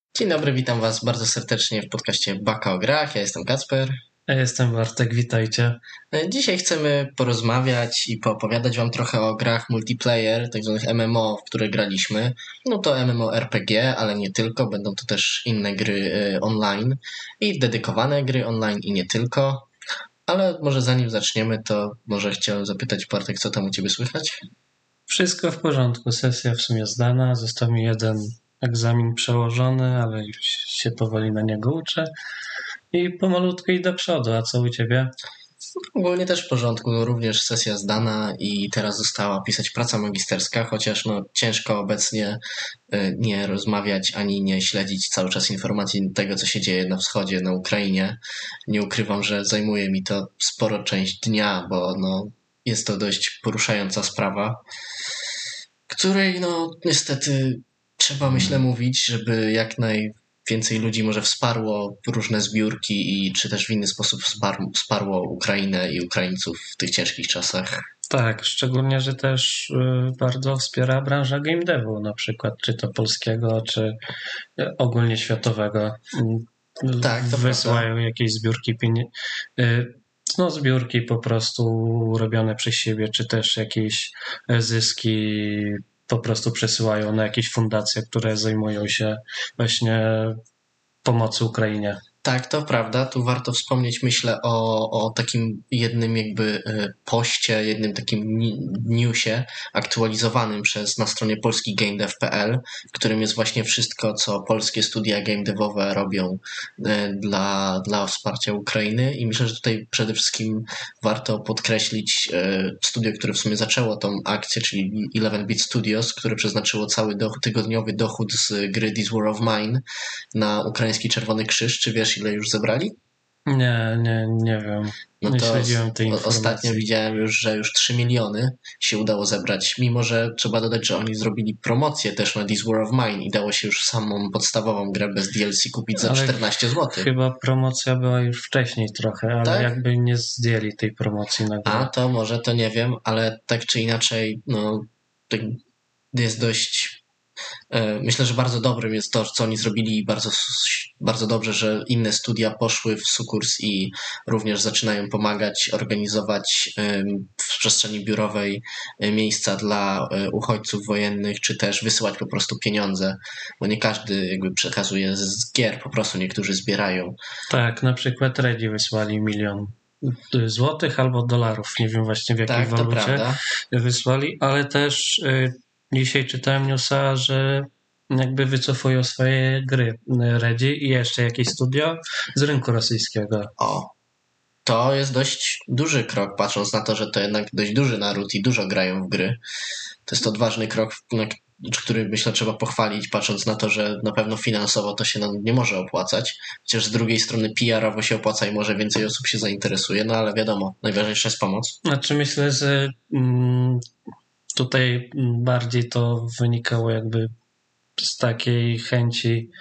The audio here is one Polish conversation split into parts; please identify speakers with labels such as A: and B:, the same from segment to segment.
A: Dzień dobry, witam Was bardzo serdecznie w podcaście Baka o grach. Ja jestem Kacper.
B: Ja jestem Bartek, witajcie.
A: Dzisiaj chcemy porozmawiać i poopowiadać Wam trochę o grach multiplayer, tak zwanych MMO, w które graliśmy. No to MMORPG, ale nie tylko, będą to też inne gry online i dedykowane gry online i nie tylko. Ale może zanim zaczniemy, to może chciałem zapytać Bartek, co tam u Ciebie słychać?
B: Wszystko w porządku, sesja w sumie zdana, został mi jeden egzamin przełożony, ale już się powoli na niego uczę i pomalutku idę do przodu, a co u ciebie?
A: Ogólnie też w porządku, no również sesja zdana i teraz została pisać praca magisterska, chociaż no ciężko obecnie nie rozmawiać ani nie śledzić cały czas informacji tego, co się dzieje na wschodzie, na Ukrainie. Nie ukrywam, że zajmuje mi to sporo część dnia, bo no, jest to dość poruszająca sprawa, której no niestety trzeba, myślę, mówić, żeby jak najwięcej ludzi może wsparło różne zbiórki i czy też w inny sposób wsparło Ukrainę i Ukraińców w tych ciężkich czasach.
B: Tak, szczególnie, że też bardzo wspiera branża game devu, na przykład, czy to polskiego, czy ogólnie światowego.
A: Tak, to
B: Wysyłają
A: prawda.
B: jakieś zbiórki no zbiórki po prostu robione przez siebie, czy też jakieś zyski po prostu przesyłają na jakieś fundacje, które zajmują się właśnie pomocy Ukrainie.
A: Tak, to prawda. Tu warto wspomnieć, myślę, o takim jednym jakby poście, jednym takim newsie aktualizowanym na stronie polskigamedev.pl, w którym jest właśnie wszystko, co polskie studia game devowe robią dla wsparcia Ukrainy. I myślę, że tutaj przede wszystkim warto podkreślić studio, które w sumie zaczęło tą akcję, czyli 11-Bit Studios, które przeznaczyło cały tygodniowy dochód z gry This War of Mine na ukraiński Czerwony Krzyż. Czy wiesz, ile już zebrali?
B: Nie wiem.
A: No
B: Nie
A: to
B: śledziłem tej
A: ostatnio
B: informacji.
A: widziałem już, że już 3 miliony się udało zebrać, mimo że trzeba dodać, że oni zrobili promocję też na This War of Mine i dało się już samą podstawową grę bez DLC kupić za
B: Ale
A: 14 zł.
B: chyba promocja była już wcześniej trochę, ale
A: Tak?
B: jakby nie zdjęli tej promocji na
A: A
B: grę.
A: to może to nie wiem, ale tak czy inaczej, no to jest dość. Myślę, że bardzo dobrym jest to, co oni zrobili i bardzo dobrze, że inne studia poszły w sukurs i również zaczynają pomagać organizować w przestrzeni biurowej miejsca dla uchodźców wojennych, czy też wysyłać po prostu pieniądze, bo nie każdy jakby przekazuje z gier, po prostu niektórzy zbierają.
B: Tak, na przykład Redzi wysłali 1 000 000 złotych albo dolarów, nie wiem właśnie w jakiej
A: Tak, to
B: walucie
A: prawda.
B: wysłali, ale też dzisiaj czytałem newsa, że jakby wycofują swoje gry Redzi i jeszcze jakieś studio z rynku rosyjskiego.
A: O, to jest dość duży krok, patrząc na to, że to jednak dość duży naród i dużo grają w gry. To jest odważny krok, który myślę trzeba pochwalić, patrząc na to, że na pewno finansowo to się nam nie może opłacać. Chociaż z drugiej strony PR-owo się opłaca i może więcej osób się zainteresuje, no ale wiadomo, najważniejsza jest pomoc.
B: Znaczy myślę, że tutaj bardziej to wynikało jakby z takiej chęci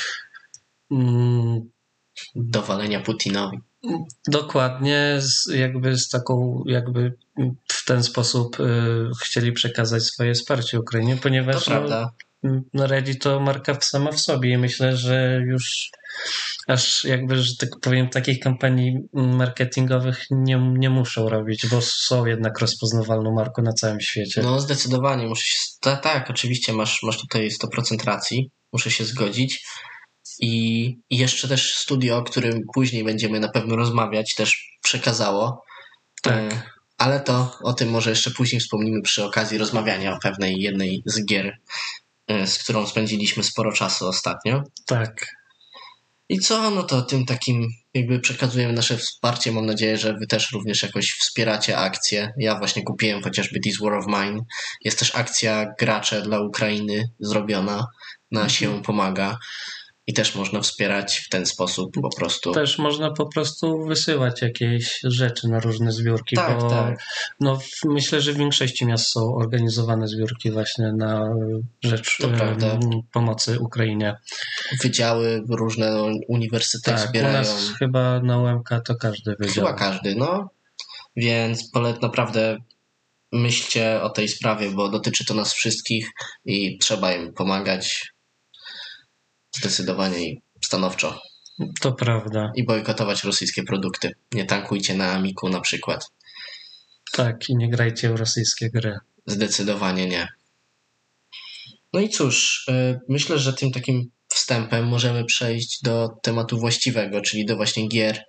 A: Dowalenia Putinowi.
B: dokładnie jakby z taką jakby w ten sposób chcieli przekazać swoje wsparcie Ukrainie,
A: To
B: ponieważ
A: prawda.
B: Reddit to marka sama w sobie i myślę, że już aż jakby, że tak powiem, takich kampanii marketingowych nie muszą robić, bo są jednak rozpoznawalną marką na całym świecie.
A: No zdecydowanie, muszę się. Tak, oczywiście masz tutaj 100% racji, muszę się zgodzić. I jeszcze też studio, o którym później będziemy na pewno rozmawiać, też przekazało.
B: Tak,
A: Ale to o tym może jeszcze później wspomnimy przy okazji rozmawiania o pewnej jednej z gier, z którą spędziliśmy sporo czasu ostatnio.
B: tak.
A: I co? No to tym takim jakby przekazujemy nasze wsparcie. Mam nadzieję, że wy też również jakoś wspieracie akcję. Ja właśnie kupiłem chociażby This War of Mine. Jest też akcja Gracze dla Ukrainy zrobiona na Się Pomaga. I też można wspierać w ten sposób po prostu.
B: Też można po prostu wysyłać jakieś rzeczy na różne zbiórki,
A: Tak,
B: bo
A: tak.
B: no, myślę, że w większości miast są organizowane zbiórki właśnie na rzecz
A: To prawda.
B: pomocy Ukrainie.
A: Wydziały różne, no, uniwersytety
B: Tak, u
A: wspierają.
B: nas chyba na UMK to każdy wydział.
A: Chyba każdy, no. Więc naprawdę myślcie o tej sprawie, bo dotyczy to nas wszystkich i trzeba im pomagać. zdecydowanie i stanowczo.
B: To prawda.
A: I bojkotować rosyjskie produkty. Nie tankujcie na Amiku na przykład.
B: Tak, i nie grajcie w rosyjskie gry.
A: Zdecydowanie nie. No i cóż, myślę, że tym takim wstępem możemy przejść do tematu właściwego, czyli do właśnie gier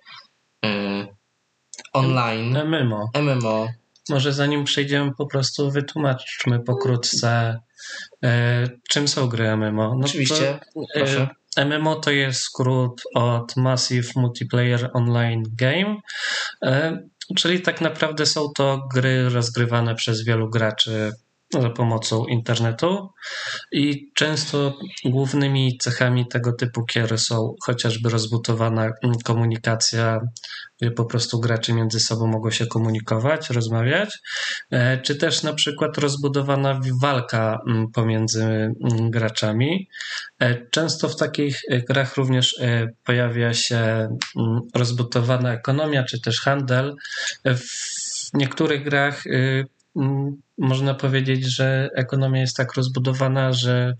A: online. MMO.
B: Może zanim przejdziemy, po prostu wytłumaczmy pokrótce, czym są gry MMO. No
A: oczywiście, proszę.
B: MMO to jest skrót od Massive Multiplayer Online Game, czyli tak naprawdę są to gry rozgrywane przez wielu graczy za pomocą internetu i często głównymi cechami tego typu gier są chociażby rozbudowana komunikacja, gdzie po prostu gracze między sobą mogą się komunikować, rozmawiać, czy też na przykład rozbudowana walka pomiędzy graczami. Często w takich grach również pojawia się rozbudowana ekonomia, czy też handel. W niektórych grach można powiedzieć, że ekonomia jest tak rozbudowana, że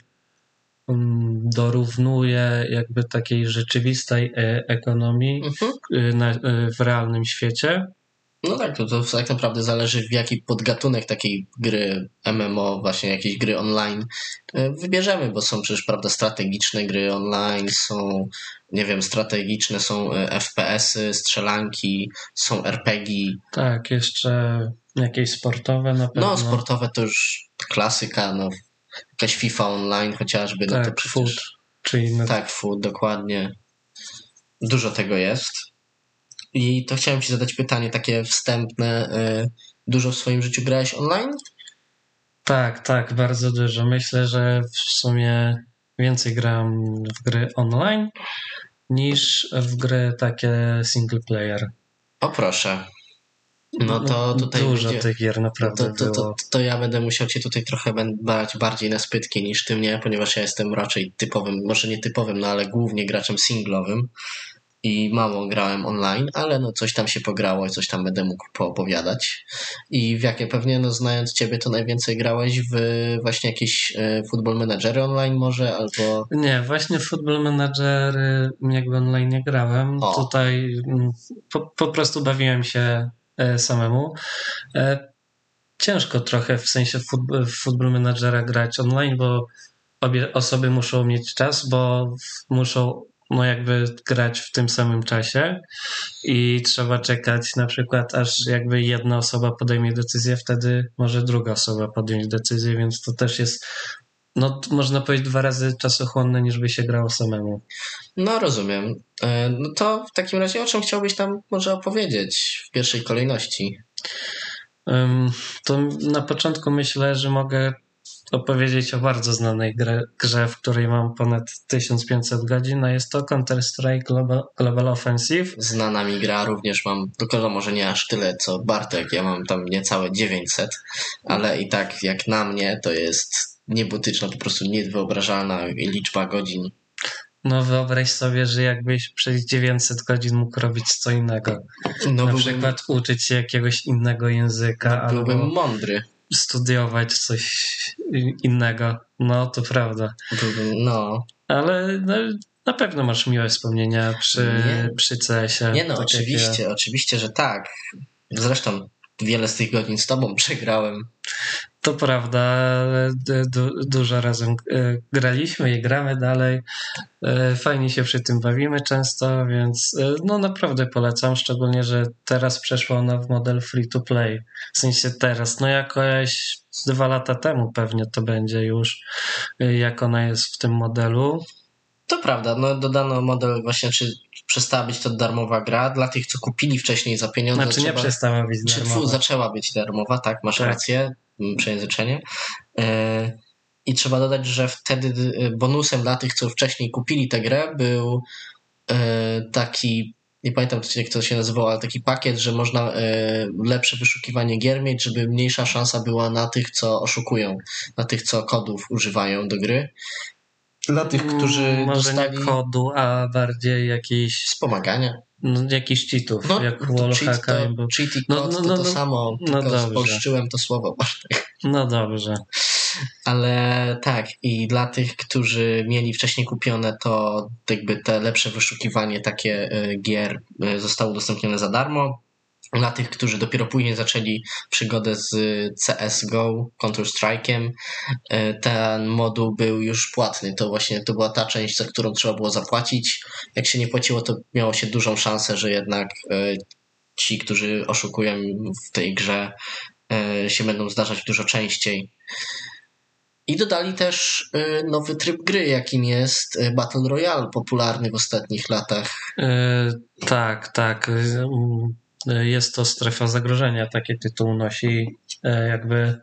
B: dorównuje jakby takiej rzeczywistej ekonomii w realnym świecie.
A: No tak, to tak naprawdę zależy, w jaki podgatunek takiej gry MMO, właśnie jakiejś gry online wybierzemy, bo są przecież, prawda, strategiczne gry online, są, nie wiem, strategiczne, są FPS-y, strzelanki, są RPG.
B: Tak, jeszcze jakieś sportowe na pewno.
A: No, sportowe to już klasyka, no, jakaś FIFA online chociażby.
B: Tak,
A: no to przecież,
B: food, czy inne.
A: Tak, food, dokładnie. Dużo tego jest. I to chciałem ci zadać pytanie takie wstępne. Dużo w swoim życiu grałeś online?
B: Tak, bardzo dużo. Myślę, że w sumie więcej grałem w gry online niż w gry takie single player.
A: O proszę. No to tutaj
B: dużo tych gier naprawdę było.
A: To ja będę musiał cię tutaj trochę brać bardziej na spytki niż ty mnie, ponieważ ja jestem raczej typowym, może nie typowym, no ale głównie graczem singlowym. I mało grałem online, ale no coś tam się pograło i coś tam będę mógł poopowiadać. I w jakie pewnie, no znając ciebie, to najwięcej grałeś w właśnie jakieś Football Managery online może, albo...
B: Nie, właśnie Football Managery jakby online nie grałem. Tutaj po prostu bawiłem się samemu. Ciężko trochę w sensie w Football Managera grać online, bo obie osoby muszą mieć czas, bo muszą jakby grać w tym samym czasie i trzeba czekać na przykład, aż jakby jedna osoba podejmie decyzję, wtedy może druga osoba podjąć decyzję, więc to też jest, no można powiedzieć, 2 razy czasochłonne, niż by się grało samemu.
A: No rozumiem. No to w takim razie o czym chciałbyś tam może opowiedzieć w pierwszej kolejności?
B: To na początku myślę, że mogę opowiedzieć o bardzo znanej grze, w której mam ponad 1500 godzin, a jest to Counter-Strike Global Offensive.
A: Znana mi gra, również mam, tylko może nie aż tyle co Bartek, ja mam tam niecałe 900, ale i tak jak na mnie to jest niebotyczna, po prostu niewyobrażalna liczba godzin.
B: No wyobraź sobie, że jakbyś przez 900 godzin mógł robić co innego.
A: No
B: na przykład uczyć się jakiegoś innego języka.
A: No, byłbym mądry.
B: Studiować coś innego. No, to prawda.
A: No.
B: Ale no, na pewno masz miłe wspomnienia przy CS-ie.
A: Nie no, tak oczywiście, że tak. Zresztą wiele z tych godzin z tobą przegrałem.
B: To prawda, ale dużo razem graliśmy i gramy dalej. Fajnie się przy tym bawimy często, więc no naprawdę polecam, szczególnie, że teraz przeszła ona w model free to play. W sensie teraz, no jakoś 2 lata temu pewnie to będzie już, jak ona jest w tym modelu.
A: To prawda, no dodano model właśnie, czy przestała być to darmowa gra dla tych, co kupili wcześniej za pieniądze.
B: Znaczy nie przestała być darmowa.
A: Zaczęła być darmowa, tak, masz rację, przejęzyczenie. I trzeba dodać, że wtedy bonusem dla tych, co wcześniej kupili tę grę, był taki, nie pamiętam jak to się nazywało, ale taki pakiet, że można lepsze wyszukiwanie gier mieć, żeby mniejsza szansa była na tych, co oszukują, na tych, co kodów używają do gry. Dla tych, którzy
B: może
A: dostali...
B: nie kodu, a bardziej jakiś...
A: Wspomagania.
B: No, jakiś cheatów,
A: no,
B: jak wallhacka.
A: Cheat i kod to samo, tylko spolszczyłem to słowo.
B: No dobrze.
A: Ale tak, i dla tych, którzy mieli wcześniej kupione, to jakby te lepsze wyszukiwanie takie gier zostało udostępnione za darmo. Dla tych, którzy dopiero później zaczęli przygodę z CSGO, Counter-Strike'iem, ten moduł był już płatny. To właśnie to była ta część, za którą trzeba było zapłacić. Jak się nie płaciło, to miało się dużą szansę, że jednak ci, którzy oszukują w tej grze, się będą zdarzać dużo częściej. I dodali też nowy tryb gry, jakim jest Battle Royale, popularny w ostatnich latach.
B: Tak. Jest to strefa zagrożenia, taki tytuł nosi jakby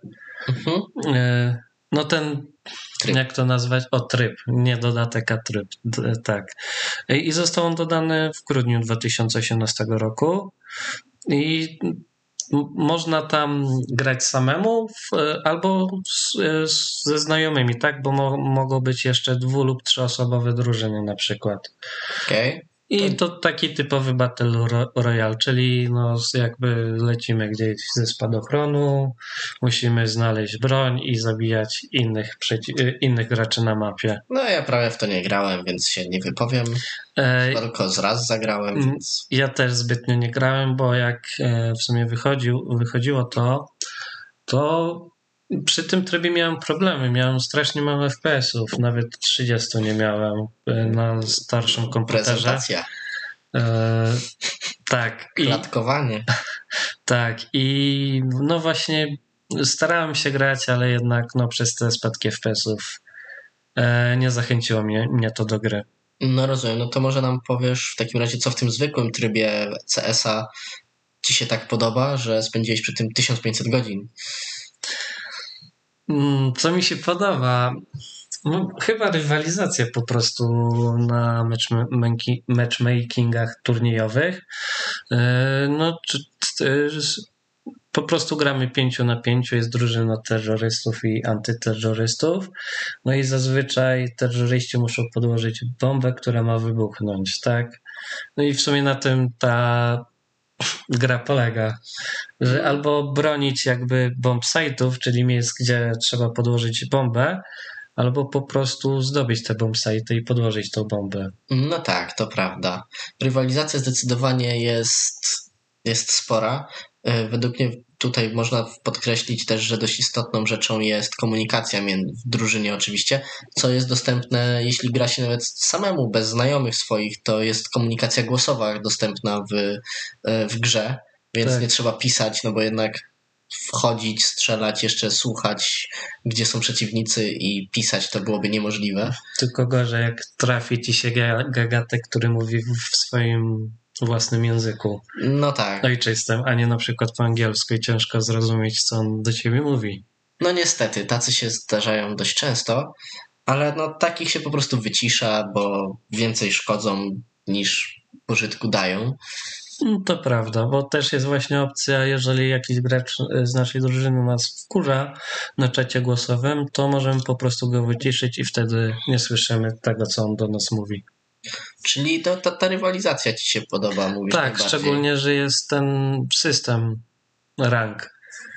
B: no ten tryb. Jak to nazwać? Tryb, nie dodatek, a tryb, tak. I został on dodany w grudniu 2018 roku i można tam grać samemu albo ze znajomymi, tak? Bo mogą być jeszcze 2 lub 3-osobowe drużyny na przykład.
A: Okej.
B: I to taki typowy Battle Royale, czyli jakby lecimy gdzieś ze spadochronu, musimy znaleźć broń i zabijać innych graczy na mapie.
A: No ja prawie w to nie grałem, więc się nie wypowiem. Tylko raz zagrałem, więc...
B: Ja też zbytnio nie grałem, bo jak w sumie wychodziło to przy tym trybie miałem problemy. Miałem strasznie mało FPS-ów, nawet 30 nie miałem na starszym komputerze.
A: Prezentacja.
B: Tak.
A: Klatkowanie.
B: Tak. I no właśnie starałem się grać, ale jednak przez te spadki FPS-ów nie zachęciło mnie to do gry.
A: No rozumiem. No to może nam powiesz w takim razie, co w tym zwykłym trybie CS-a ci się tak podoba, że spędziłeś przy tym 1500 godzin?
B: Co mi się podoba? No, chyba rywalizacja po prostu na matchmakingach turniejowych. Po prostu gramy 5 na 5, jest drużyna terrorystów i antyterrorystów. No i zazwyczaj terroryści muszą podłożyć bombę, która ma wybuchnąć, tak? No i w sumie na tym ta gra polega, że albo bronić jakby bombsite'ów, czyli miejsc, gdzie trzeba podłożyć bombę, albo po prostu zdobyć te bombsite'y i podłożyć tą bombę.
A: No tak, to prawda. Rywalizacja zdecydowanie jest spora. Według mnie tutaj można podkreślić też, że dość istotną rzeczą jest komunikacja w drużynie oczywiście, co jest dostępne, jeśli gra się nawet samemu, bez znajomych swoich, to jest komunikacja głosowa dostępna w grze, więc tak. Nie trzeba pisać, no bo jednak wchodzić, strzelać, jeszcze słuchać, gdzie są przeciwnicy i pisać to byłoby niemożliwe.
B: Tylko gorzej, jak trafi ci się gagatek, który mówi w swoim własnym języku.
A: No tak.
B: Ojczystym, a nie na przykład po angielsku i ciężko zrozumieć, co on do ciebie mówi.
A: No niestety, tacy się zdarzają dość często, ale no takich się po prostu wycisza, bo więcej szkodzą niż pożytku dają.
B: To prawda, bo też jest właśnie opcja, jeżeli jakiś gracz z naszej drużyny nas wkurza na czacie głosowym, to możemy po prostu go wyciszyć i wtedy nie słyszymy tego, co on do nas mówi.
A: Czyli ta rywalizacja ci się podoba, mówisz?
B: Tak, szczególnie, że jest ten system rank.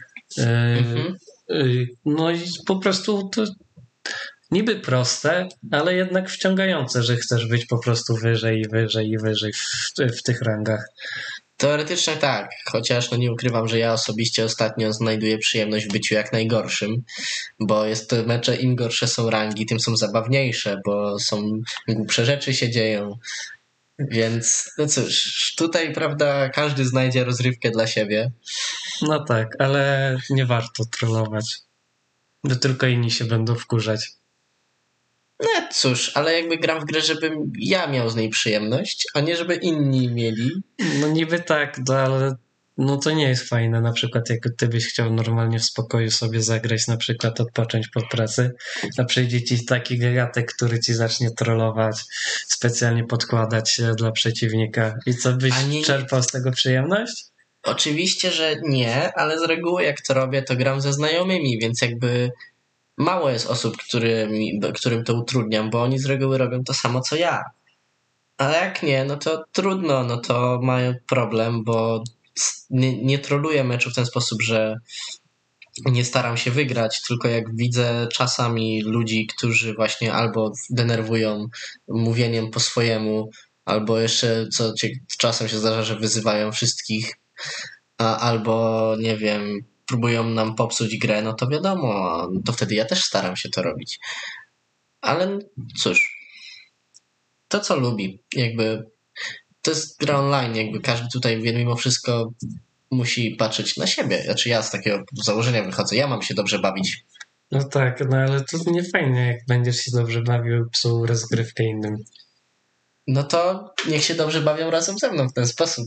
B: No i po prostu to niby proste, ale jednak wciągające, że chcesz być po prostu wyżej w tych rangach.
A: Teoretycznie tak, chociaż nie ukrywam, że ja osobiście ostatnio znajduję przyjemność w byciu jak najgorszym, bo jest to mecze, im gorsze są rangi, tym są zabawniejsze, bo są głupsze rzeczy się dzieją. Więc no cóż, tutaj prawda, każdy znajdzie rozrywkę dla siebie.
B: No tak, ale nie warto trollować, bo tylko inni się będą wkurzać.
A: No cóż, ale jakby gram w grę, żebym ja miał z niej przyjemność, a nie żeby inni mieli.
B: No niby tak, ale no to nie jest fajne. Na przykład jak ty byś chciał normalnie w spokoju sobie zagrać, na przykład odpocząć po pracy, a przyjdzie ci taki gagatek, który ci zacznie trollować, specjalnie podkładać się dla przeciwnika. I co, byś czerpał z tego przyjemność?
A: Oczywiście, że nie, ale z reguły jak to robię, to gram ze znajomymi, więc jakby mało jest osób, którym to utrudniam, bo oni z reguły robią to samo co ja. Ale jak nie, no to trudno, no to mają problem, bo nie troluję meczu w ten sposób, że nie staram się wygrać, tylko jak widzę czasami ludzi, którzy właśnie albo denerwują mówieniem po swojemu, albo jeszcze czasem się zdarza, że wyzywają wszystkich, albo nie wiem, próbują nam popsuć grę, no to wiadomo, to wtedy ja też staram się to robić. Ale cóż, to co lubi, jakby to jest gra online, jakby każdy tutaj mimo wszystko musi patrzeć na siebie. Znaczy ja z takiego założenia wychodzę, ja mam się dobrze bawić.
B: No tak, no ale to nie fajnie, jak będziesz się dobrze bawił i psuł rozgrywkę innym.
A: No to niech się dobrze bawią razem ze mną w ten sposób.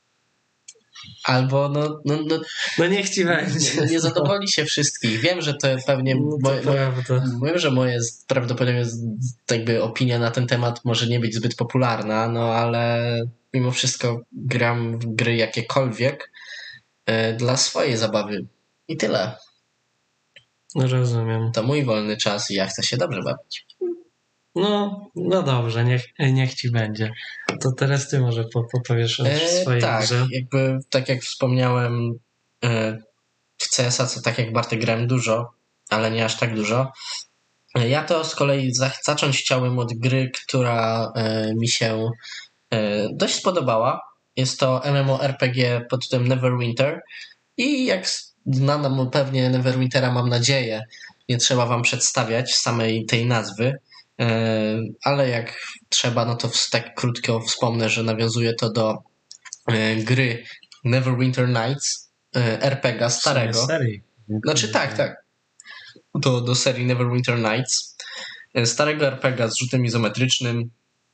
A: Albo
B: no niech ci będzie.
A: Nie zadowoli się wszystkich. Wiem, że to pewnie wiem, że moje prawdopodobnie jakby opinia na ten temat może nie być zbyt popularna, no ale mimo wszystko gram w gry jakiekolwiek dla swojej zabawy. I tyle.
B: No rozumiem.
A: To mój wolny czas i ja chcę się dobrze bawić.
B: No dobrze, niech ci będzie. To teraz ty może powiesz o swojej grze.
A: Jakby tak jak wspomniałem, w CS-a, co tak jak Bartek grałem dużo, ale nie aż tak dużo. Ja to z kolei zacząć chciałem od gry, która mi się dość spodobała. Jest to MMORPG pod tytułem Neverwinter i jak znam pewnie Neverwintera, mam nadzieję, nie trzeba wam przedstawiać samej tej nazwy, ale jak trzeba, no to tak krótko wspomnę, że nawiązuje to do gry Neverwinter Nights, RPG starego.
B: Serii.
A: Znaczy tak. Do serii Neverwinter Nights. Starego RPG z rzutem izometrycznym,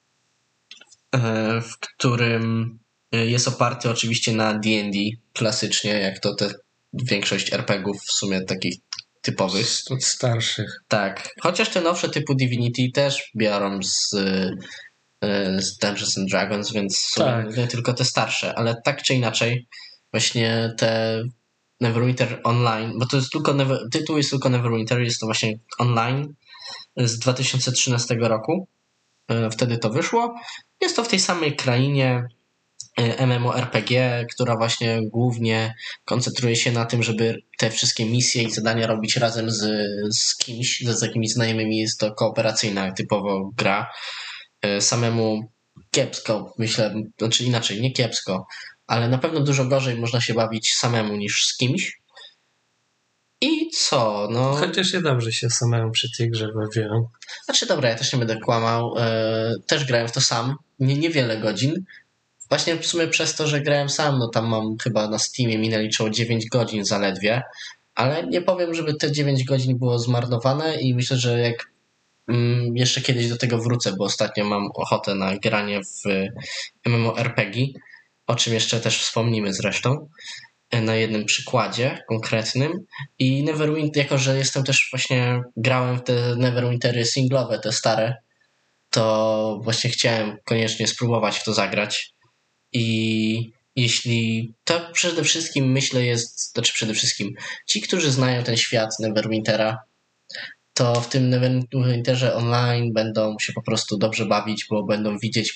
A: w którym jest oparty oczywiście na D&D klasycznie, jak to większość RPGów w sumie takich typowych.
B: Starszych.
A: Tak. Chociaż te nowsze typu Divinity też biorą z Dungeons and Dragons, więc
B: tak.
A: nie tylko te starsze, ale tak czy inaczej właśnie te Neverwinter Online, bo to jest tytuł jest tylko Neverwinter, jest to właśnie online z 2013 roku. Wtedy to wyszło. Jest to w tej samej krainie MMORPG, która właśnie głównie koncentruje się na tym, żeby te wszystkie misje i zadania robić razem z kimś, z jakimiś znajomymi. Jest to kooperacyjna typowo gra. Samemu kiepsko, myślę, znaczy inaczej, nie kiepsko, ale na pewno dużo gorzej można się bawić samemu niż z kimś. I co? No...
B: Chociaż ja dobrze się samemu przy tej grze bawiłem.
A: Znaczy dobra, ja też nie będę kłamał. Też grałem w to sam. Niewiele godzin. Właśnie w sumie przez to, że grałem sam, no tam mam chyba na Steamie mi naliczyło 9 godzin zaledwie, ale nie powiem, żeby te 9 godzin było zmarnowane i myślę, że jak jeszcze kiedyś do tego wrócę, bo ostatnio mam ochotę na granie w MMORPG, o czym jeszcze też wspomnimy zresztą na jednym przykładzie konkretnym. I Neverwinter, jako że jestem też właśnie, grałem w te Neverwintery singlowe, te stare, to właśnie chciałem koniecznie spróbować w to zagrać. I jeśli to przede wszystkim myślę przede wszystkim ci, którzy znają ten świat Neverwintera, to w tym Neverwinterze online będą się po prostu dobrze bawić, bo będą widzieć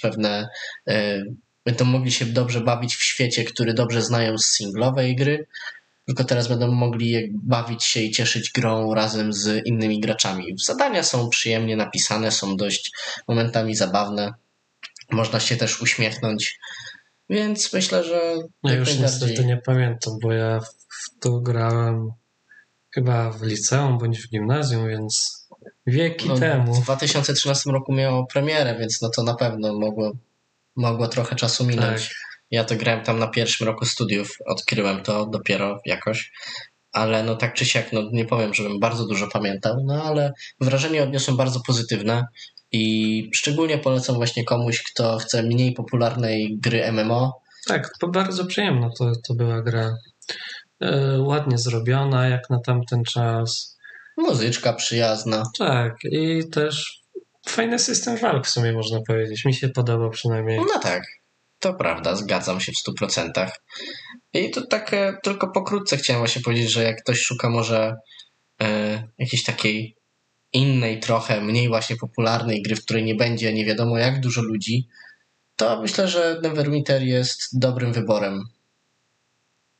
A: będą mogli się dobrze bawić w świecie, który dobrze znają z singlowej gry, tylko teraz będą mogli bawić się i cieszyć grą razem z innymi graczami. Zadania są przyjemnie napisane, są dość momentami zabawne, można się też uśmiechnąć, więc myślę, że
B: ja już niestety nie pamiętam, bo ja w to grałem chyba w liceum bądź w gimnazjum, więc wieki temu.
A: W 2013 roku miało premierę, więc no to na pewno mogło trochę czasu minąć. Tak. Ja to grałem tam na pierwszym roku studiów, odkryłem to dopiero jakoś, ale no tak czy siak, no nie powiem, żebym bardzo dużo pamiętał, no ale wrażenie odniosłem bardzo pozytywne i szczególnie polecam właśnie komuś, kto chce mniej popularnej gry MMO.
B: Tak, to bardzo przyjemna to była gra. Ładnie zrobiona, jak na tamten czas.
A: Muzyczka przyjazna.
B: Tak, i też fajny system walk w sumie można powiedzieć. Mi się podobał przynajmniej.
A: No tak, to prawda, zgadzam się w 100%. I to tak tylko pokrótce chciałem właśnie powiedzieć, że jak ktoś szuka może jakiejś takiej innej trochę, mniej właśnie popularnej gry, w której nie będzie nie wiadomo jak dużo ludzi, to myślę, że Neverwinter jest dobrym wyborem.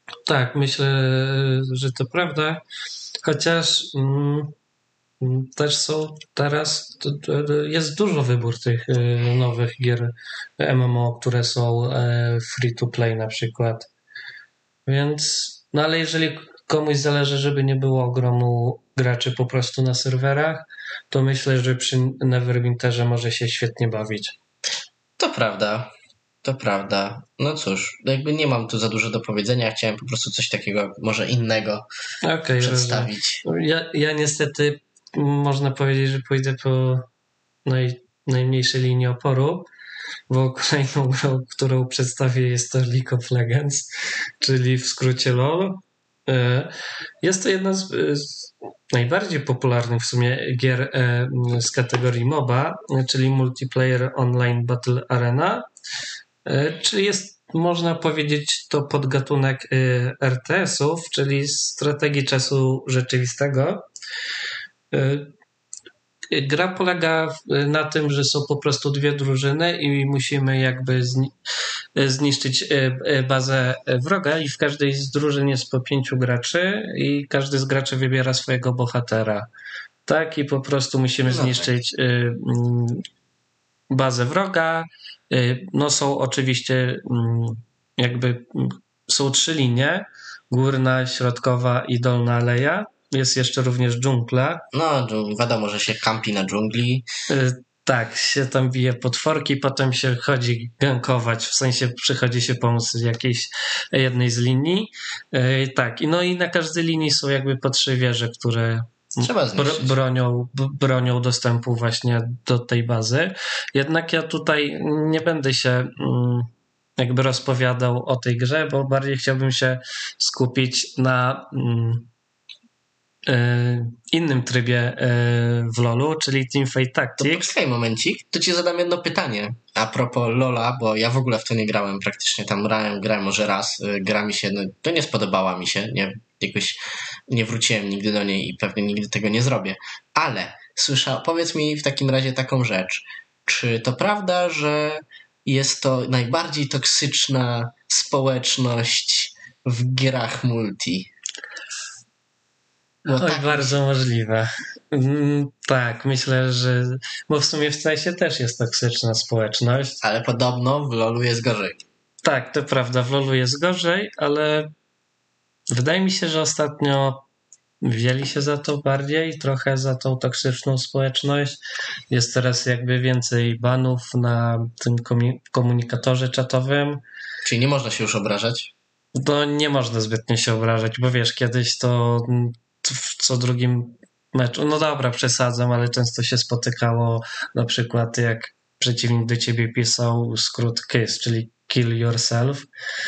B: Tak, myślę, że to prawda. Chociaż też są teraz, jest dużo wybór tych nowych gier MMO, które są free to play na przykład. Więc, no ale jeżeli komuś zależy, żeby nie było ogromu graczy po prostu na serwerach, to myślę, że przy Neverwinterze może się świetnie bawić.
A: To prawda. To prawda. No cóż, jakby nie mam tu za dużo do powiedzenia. Chciałem po prostu coś takiego, może innego
B: Okej,
A: przedstawić.
B: ja niestety można powiedzieć, że pójdę po najmniejszej linii oporu, bo kolejną grą, którą przedstawię, jest to League of Legends, czyli w skrócie LOL. Jest to jedna z najbardziej popularnych w sumie gier z kategorii MOBA, czyli Multiplayer Online Battle Arena, czyli jest, można powiedzieć, to podgatunek RTS-ów, czyli strategii czasu rzeczywistego. Gra polega na tym, że są po prostu dwie drużyny i musimy jakby zniszczyć bazę wroga i w każdej z drużyn jest po 5 graczy i każdy z graczy wybiera swojego bohatera. Tak, i po prostu musimy zniszczyć bazę wroga. No są oczywiście jakby są 3 linie, górna, środkowa i dolna aleja. Jest jeszcze również dżungla.
A: No, wiadomo, że się kampi na dżungli.
B: Tak, się tam bije potworki, potem się chodzi gankować, w sensie przychodzi się pomóc jakiejś jednej z linii. Tak, no i na każdej linii są jakby po 3 wieże, które bronią dostępu właśnie do tej bazy. Jednak ja tutaj nie będę się jakby rozpowiadał o tej grze, bo bardziej chciałbym się skupić na innym trybie w LoLu, czyli Teamfight Tactics.
A: To poczekaj momencik, to ci zadam jedno pytanie a propos LoLa, bo ja w ogóle w to nie grałem praktycznie, tam grałem może raz, gra mi się, no, to nie spodobała mi się, jakoś nie wróciłem nigdy do niej i pewnie nigdy tego nie zrobię, ale powiedz mi w takim razie taką rzecz, czy to prawda, że jest to najbardziej toksyczna społeczność w grach multi?
B: Oj, tak bardzo możliwe. Tak, myślę, że... Bo w sumie w CS też jest toksyczna społeczność.
A: Ale podobno w LoLu jest gorzej.
B: Tak, to prawda, w LoLu jest gorzej, ale wydaje mi się, że ostatnio wzięli się za to bardziej, trochę za tą toksyczną społeczność. Jest teraz jakby więcej banów na tym komunikatorze czatowym.
A: Czyli nie można się już obrażać?
B: To nie można zbytnio się obrażać, bo wiesz, kiedyś to w co drugim meczu, no dobra, przesadzam, ale często się spotykało na przykład jak przeciwnik do ciebie pisał skrót KISS, czyli Kill Yourself,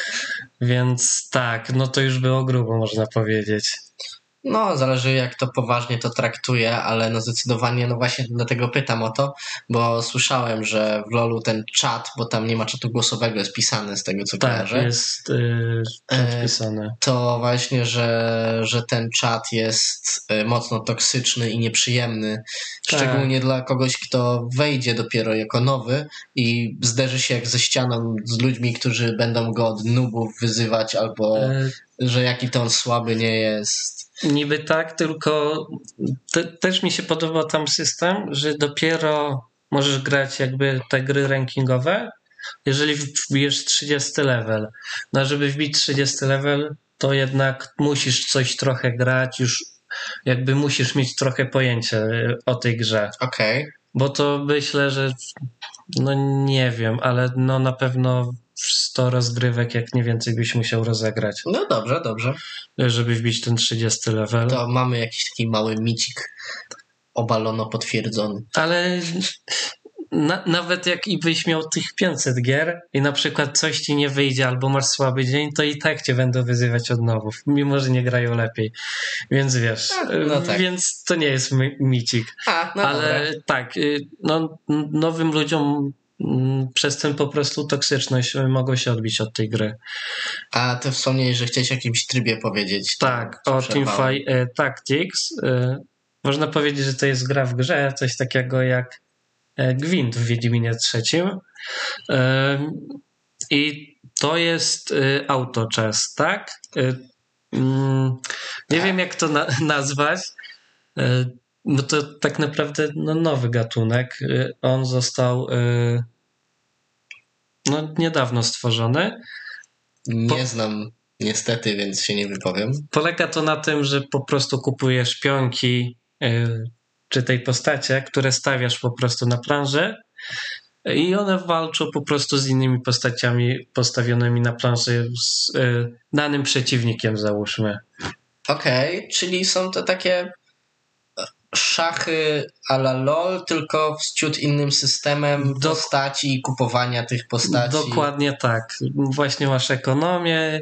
B: więc tak, no to już było grubo, można powiedzieć.
A: No, zależy jak to poważnie to traktuje, ale no zdecydowanie, no właśnie dlatego pytam o to, bo słyszałem, że w LoLu ten czat, bo tam nie ma czatu głosowego, jest pisany z tego co kojarzę.
B: Tak, jest czat pisany.
A: To właśnie, że ten czat jest mocno toksyczny i nieprzyjemny, szczególnie dla kogoś, kto wejdzie dopiero jako nowy i zderzy się jak ze ścianą z ludźmi, którzy będą go od nubów wyzywać albo że jaki to on słaby nie jest.
B: Niby tak, tylko też mi się podoba tam system, że dopiero możesz grać jakby te gry rankingowe, jeżeli wbijesz 30 level. No a żeby wbić 30 level, to jednak musisz coś trochę grać, już jakby musisz mieć trochę pojęcia o tej grze.
A: Okej.
B: Bo to myślę, że no nie wiem, ale no na pewno 100 rozgrywek, jak nie więcej byś musiał rozegrać.
A: No dobrze.
B: Żeby wbić ten 30 level.
A: To mamy jakiś taki mały micik obalono potwierdzony.
B: Ale nawet jak i byś miał tych 500 gier i na przykład coś ci nie wyjdzie albo masz słaby dzień, to i tak cię będą wyzywać od nowów, mimo że nie grają lepiej. Więc wiesz,
A: no tak.
B: Więc to nie jest micik. Ale dobra. Tak, no, nowym ludziom przez ten po prostu toksyczność mogą się odbić od tej gry.
A: A ty wspomniałeś, że chciałeś o jakimś trybie powiedzieć.
B: Tak, o Teamfight Tactics. Można powiedzieć, że to jest gra w grze, coś takiego jak Gwint w Wiedźminie III. I To jest autochess, tak? Nie wiem, jak to nazwać, bo to tak naprawdę nowy gatunek. On został niedawno stworzony.
A: Nie znam niestety, więc się nie wypowiem.
B: Polega to na tym, że po prostu kupujesz pionki czy tej postacie, które stawiasz po prostu na planży i one walczą po prostu z innymi postaciami postawionymi na planszy z danym przeciwnikiem, załóżmy.
A: Okej, czyli są to takie szachy a la LOL, tylko z ciut innym systemem postaci i kupowania tych postaci.
B: Dokładnie tak. Właśnie masz ekonomię,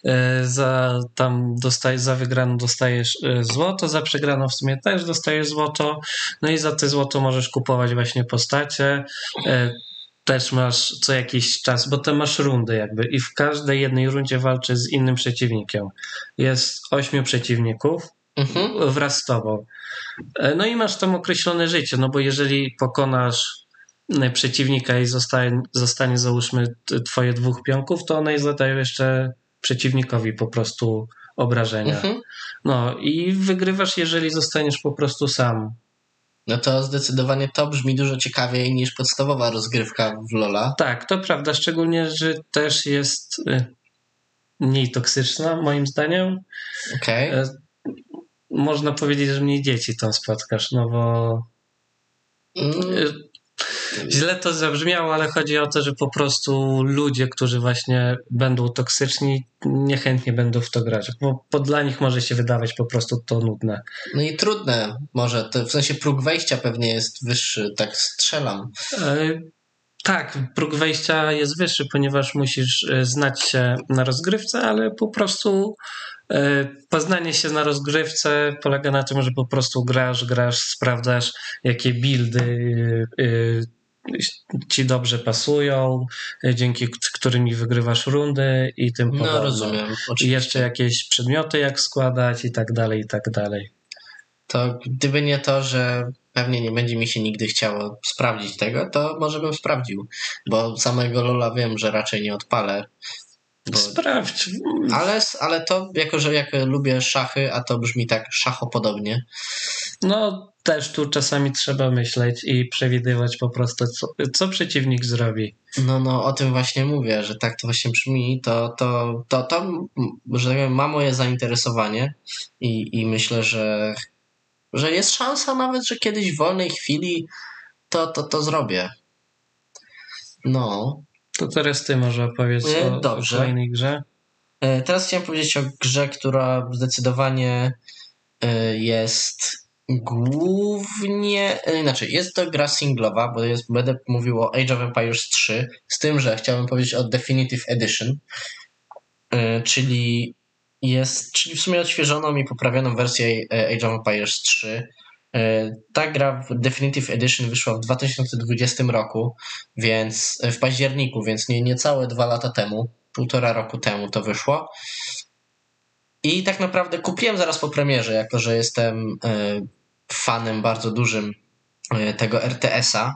B: za wygraną dostajesz złoto, za przegraną w sumie też dostajesz złoto, no i za te złoto możesz kupować właśnie postacie. Też masz co jakiś czas, bo te masz rundy jakby i w każdej jednej rundzie walczysz z innym przeciwnikiem. Jest 8 przeciwników wraz z tobą. No i masz tam określone życie, no bo jeżeli pokonasz przeciwnika i zostanie załóżmy twoje 2 pionków, to one zadają jeszcze przeciwnikowi po prostu obrażenia. No i wygrywasz, jeżeli zostaniesz po prostu sam.
A: No to zdecydowanie to brzmi dużo ciekawiej niż podstawowa rozgrywka w LoL'a.
B: Tak, to prawda, szczególnie, że też jest mniej toksyczna, moim zdaniem.
A: Okej.
B: Można powiedzieć, że mniej dzieci tam spotkasz, no bo źle to zabrzmiało, ale chodzi o to, że po prostu ludzie, którzy właśnie będą toksyczni, niechętnie będą w to grać, bo dla nich może się wydawać po prostu to nudne.
A: No i trudne może, to w sensie próg wejścia pewnie jest wyższy, tak strzelam.
B: Tak, próg wejścia jest wyższy, ponieważ musisz znać się na rozgrywce, ale po prostu poznanie się na rozgrywce polega na tym, że po prostu grasz, sprawdzasz, jakie buildy ci dobrze pasują, dzięki którymi wygrywasz rundy i tym podobne.
A: No rozumiem. Oczywiście.
B: I jeszcze jakieś przedmioty jak składać i tak dalej, i tak dalej.
A: To gdyby nie to, że pewnie nie będzie mi się nigdy chciało sprawdzić tego, to może bym sprawdził, bo samego LoL'a wiem, że raczej nie odpalę.
B: Sprawdź.
A: Ale to, jako że lubię szachy, a to brzmi tak szachopodobnie.
B: No też tu czasami trzeba myśleć i przewidywać po prostu, co przeciwnik zrobi.
A: No o tym właśnie mówię, że tak to właśnie brzmi, to że tak powiem, ma moje zainteresowanie i myślę, że jest szansa nawet, że kiedyś w wolnej chwili to zrobię. No.
B: To teraz ty może opowiedz o kolejnej grze.
A: Teraz chciałem powiedzieć o grze, która zdecydowanie jest głównie, inaczej, jest to gra singlowa, bo będę mówił o Age of Empires 3, z tym, że chciałbym powiedzieć o Definitive Edition, czyli w sumie odświeżoną i poprawioną wersję Age of Empires 3. Ta gra w Definitive Edition wyszła w 2020 roku, więc w październiku, więc niecałe 2 lata temu, 1,5 roku temu to wyszło. I tak naprawdę kupiłem zaraz po premierze, jako że jestem fanem bardzo dużym tego RTS-a,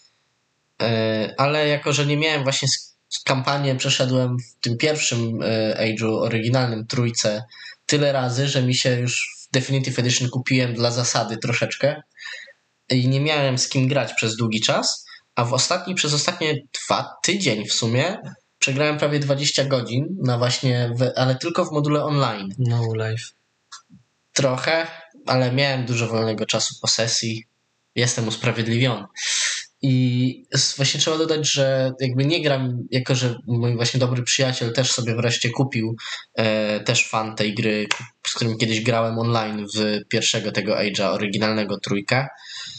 A: ale jako że nie miałem właśnie kampanię, przeszedłem w tym pierwszym Age'u oryginalnym trójce tyle razy, że mi się już w Definitive Edition kupiłem dla zasady troszeczkę i nie miałem z kim grać przez długi czas, a przez ostatnie tydzień w sumie przegrałem prawie 20 godzin na właśnie, ale tylko w module online.
B: No life.
A: Trochę, ale miałem dużo wolnego czasu po sesji. Jestem usprawiedliwiony. I właśnie trzeba dodać, że jakby nie gram, jako że mój właśnie dobry przyjaciel też sobie wreszcie kupił, też fan tej gry, z którym kiedyś grałem online w pierwszego tego Age'a oryginalnego trójka.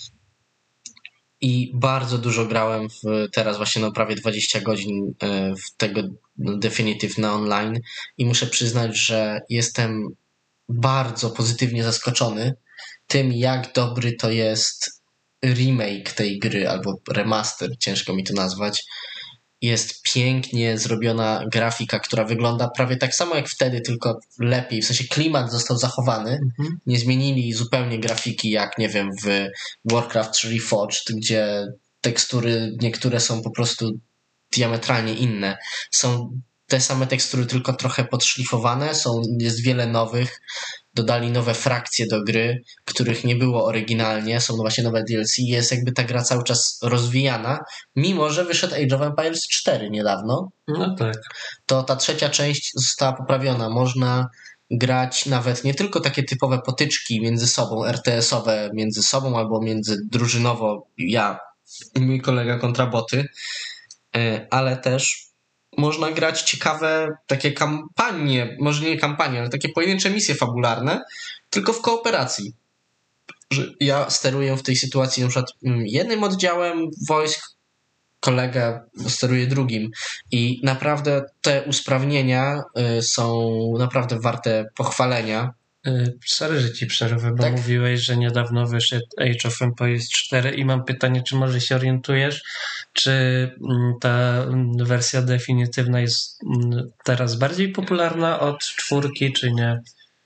A: I bardzo dużo grałem teraz właśnie prawie 20 godzin w tego Definitive na online i muszę przyznać, że jestem bardzo pozytywnie zaskoczony tym, jak dobry to jest remake tej gry, albo remaster, ciężko mi to nazwać. Jest pięknie zrobiona grafika, która wygląda prawie tak samo jak wtedy, tylko lepiej. W sensie klimat został zachowany. Nie zmienili zupełnie grafiki, jak nie wiem, w Warcraft Reforged, gdzie tekstury niektóre są po prostu diametralnie inne. Są te same tekstury, tylko trochę podszlifowane. Jest wiele nowych. Dodali nowe frakcje do gry, których nie było oryginalnie. Są właśnie nowe DLC. Jest jakby ta gra cały czas rozwijana, mimo że wyszedł Age of Empires 4 niedawno.
B: No tak.
A: To ta trzecia część została poprawiona. Można grać nawet nie tylko takie typowe potyczki między sobą, RTS-owe między sobą albo między drużynowo ja i mój kolega kontra boty, ale też można grać ciekawe takie kampanie, może nie kampanie, ale takie pojedyncze misje fabularne, tylko w kooperacji. Że ja steruję w tej sytuacji na przykład jednym oddziałem wojsk, kolega steruje drugim i naprawdę te usprawnienia są naprawdę warte pochwalenia.
B: Sorry, że ci przerwę, bo
A: Tak?
B: mówiłeś, że niedawno wyszedł Age of Empires 4 i mam pytanie, czy może się orientujesz, czy ta wersja definitywna jest teraz bardziej popularna od 4, czy nie?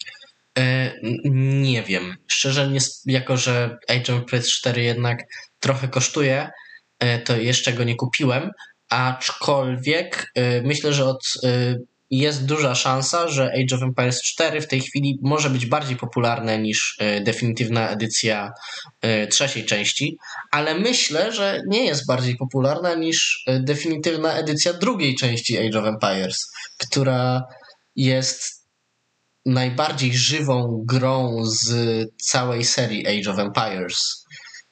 A: Nie wiem. Szczerze, jako że Age of Empires 4 jednak trochę kosztuje, to jeszcze go nie kupiłem, aczkolwiek myślę, że jest duża szansa, że Age of Empires 4 w tej chwili może być bardziej popularne niż definitywna edycja trzeciej części, ale myślę, że nie jest bardziej popularna niż definitywna edycja drugiej części Age of Empires, która jest najbardziej żywą grą z całej serii Age of Empires.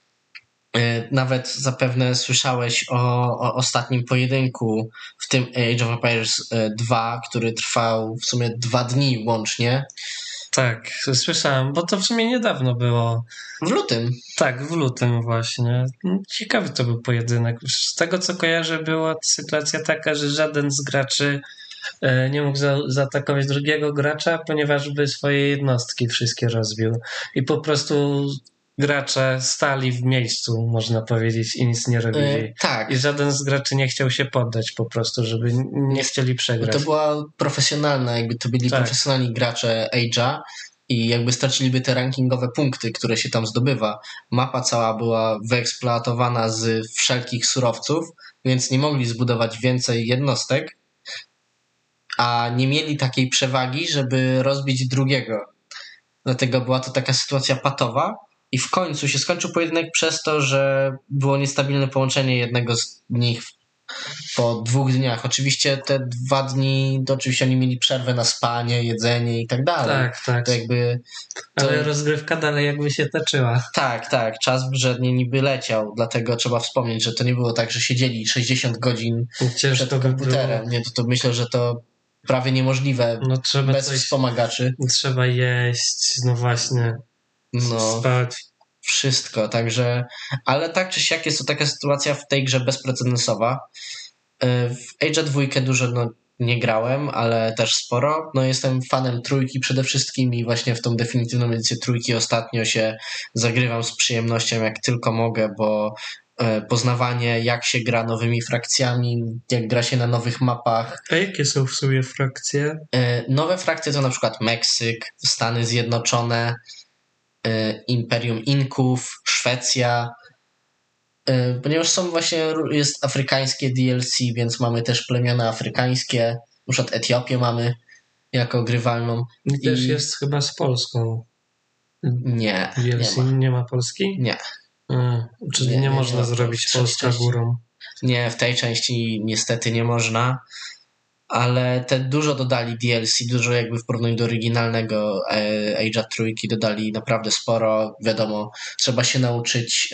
A: Nawet zapewne słyszałeś o ostatnim pojedynku w tym Age of Empires 2, który trwał w sumie 2 dni łącznie.
B: Tak, słyszałem, bo to w sumie niedawno było.
A: W lutym.
B: Tak, w lutym właśnie. Ciekawy to był pojedynek. Z tego co kojarzę, była sytuacja taka, że żaden z graczy nie mógł zaatakować drugiego gracza, ponieważ by swoje jednostki wszystkie rozbił. I po prostu gracze stali w miejscu, można powiedzieć, i nic nie robili.
A: Tak.
B: I żaden z graczy nie chciał się poddać po prostu, żeby nie chcieli przegrać.
A: To była profesjonalna, jakby to byli profesjonalni gracze Age'a i jakby straciliby te rankingowe punkty, które się tam zdobywa. Mapa cała była wyeksploatowana z wszelkich surowców, więc nie mogli zbudować więcej jednostek, a nie mieli takiej przewagi, żeby rozbić drugiego. Dlatego była to taka sytuacja patowa i w końcu się skończył pojedynek przez to, że było niestabilne połączenie jednego z nich po 2 dniach. Oczywiście te 2 dni, to oczywiście oni mieli przerwę na spanie, jedzenie i tak dalej.
B: Tak.
A: To jakby,
B: ale rozgrywka dalej jakby się toczyła.
A: Tak. Czas brzednie niby leciał, dlatego trzeba wspomnieć, że to nie było tak, że siedzieli 60 godzin przed komputerem. Nie, to myślę, że to prawie niemożliwe bez wspomagaczy.
B: Trzeba jeść, no właśnie. Spać.
A: Wszystko, także, ale tak czy siak jest to taka sytuacja w tej grze bezprecedensowa. W Age'a 2 dużo nie grałem, ale też sporo. Jestem fanem trójki przede wszystkim i właśnie w tą definitywną edycję trójki ostatnio się zagrywam z przyjemnością jak tylko mogę, bo poznawanie jak się gra nowymi frakcjami, jak gra się na nowych mapach.
B: A jakie są w sumie frakcje?
A: Nowe frakcje to na przykład Meksyk, Stany Zjednoczone, Imperium Inków, Szwecja, ponieważ jest afrykańskie DLC, więc mamy też plemiona afrykańskie, na przykład Etiopię mamy jako grywalną.
B: I też jest chyba z Polską.
A: Nie,
B: DLC nie ma Polski?
A: Nie.
B: Czyli nie można zrobić Polska górą.
A: Nie, w tej części niestety nie można, ale dużo dodali DLC, dużo jakby w porównaniu do oryginalnego Age'a trójki dodali naprawdę sporo. Wiadomo, trzeba się nauczyć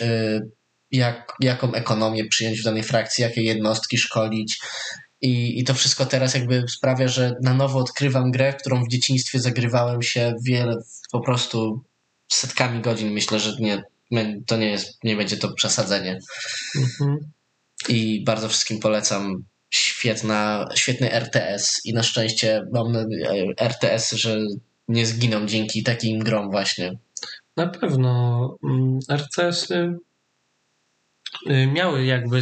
A: jaką ekonomię przyjąć w danej frakcji, jakie jednostki szkolić i to wszystko teraz jakby sprawia, że na nowo odkrywam grę, w którą w dzieciństwie zagrywałem się po prostu setkami godzin. Myślę, że to nie będzie to przesadzenie. I bardzo wszystkim polecam. Świetny RTS i na szczęście mam RTS, że nie zginą dzięki takim grom właśnie.
B: Na pewno RTS-y miały jakby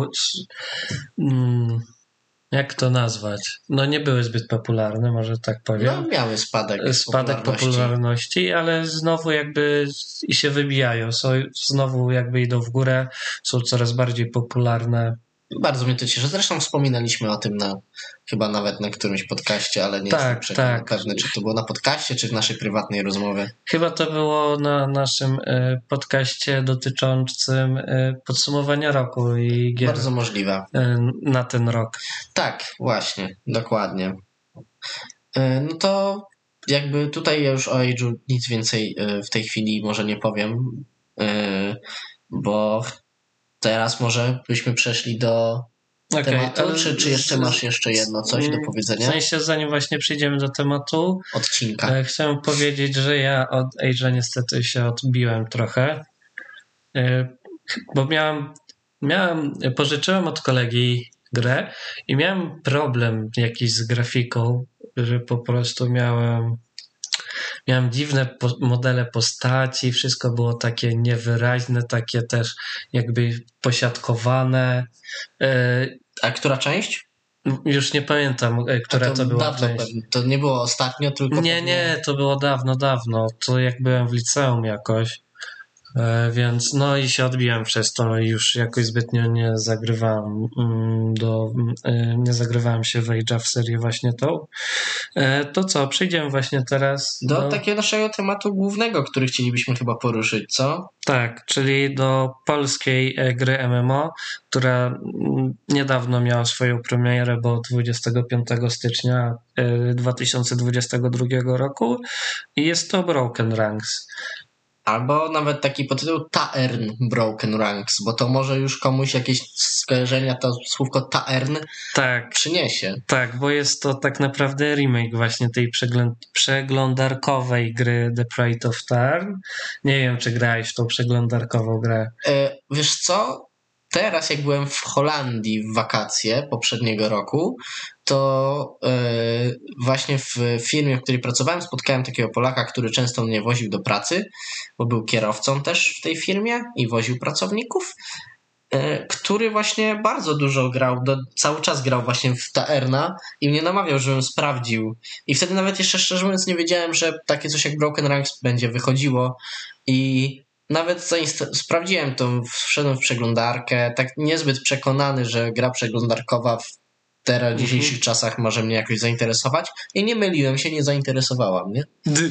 B: jak to nazwać? Nie były zbyt popularne, może tak powiem.
A: Miały spadek
B: popularności, ale znowu jakby się wybijają. Znowu jakby idą w górę, są coraz bardziej popularne.
A: Bardzo mnie to cieszy. Zresztą wspominaliśmy o tym chyba nawet na którymś podcaście, ale nie
B: Tak,
A: jestem
B: tak.
A: pewny, czy to było na podcaście, czy w naszej prywatnej rozmowie.
B: Chyba to było na naszym podcaście dotyczącym podsumowania roku i gier
A: Bardzo możliwe.
B: Na ten rok.
A: Tak, właśnie, dokładnie. No to jakby tutaj ja już o Age'u nic więcej w tej chwili może nie powiem, bo teraz może byśmy przeszli do tematu, czy jeszcze masz jeszcze coś do powiedzenia?
B: W sensie, zanim właśnie przejdziemy do tematu
A: odcinka,
B: chciałem powiedzieć, że ja od Age'a niestety się odbiłem trochę, bo pożyczyłem od kolegi grę i miałem problem jakiś z grafiką, że po prostu miałem dziwne modele postaci, wszystko było takie niewyraźne, takie też jakby posiadkowane.
A: A która część?
B: Już nie pamiętam, która to była
A: dawno
B: część.
A: Pewnie. To nie było ostatnio, tylko
B: Nie, to było dawno. To jak byłem w liceum jakoś. Więc no i się odbiłem przez to i już jakoś zbytnio nie zagrywałem się w Age'a w serię właśnie tą. To co, przejdziemy właśnie teraz
A: do takiego naszego tematu głównego, który chcielibyśmy chyba poruszyć, co?
B: Tak, czyli do polskiej gry MMO, która niedawno miała swoją premierę, bo 25 stycznia 2022 roku i jest to Broken Ranks.
A: Albo nawet taki podtytuł Taern Broken Ranks, bo to może już komuś jakieś skojarzenia to słówko Taern przyniesie.
B: Tak, bo jest to tak naprawdę remake właśnie tej przeglądarkowej gry The Pride of Tarn. Nie wiem, czy grałeś w tą przeglądarkową grę.
A: Wiesz co? Teraz jak byłem w Holandii w wakacje poprzedniego roku, to właśnie w firmie, w której pracowałem, spotkałem takiego Polaka, który często mnie woził do pracy, bo był kierowcą też w tej firmie i woził pracowników, który właśnie bardzo dużo grał, cały czas grał właśnie w Taerna i mnie namawiał, żebym sprawdził. I wtedy nawet jeszcze szczerze mówiąc nie wiedziałem, że takie coś jak Broken Ranks będzie wychodziło i nawet sprawdziłem to, wszedłem w przeglądarkę, tak niezbyt przekonany, że gra przeglądarkowa w teraz dzisiejszych czasach może mnie jakoś zainteresować i nie myliłem się, nie zainteresowała mnie.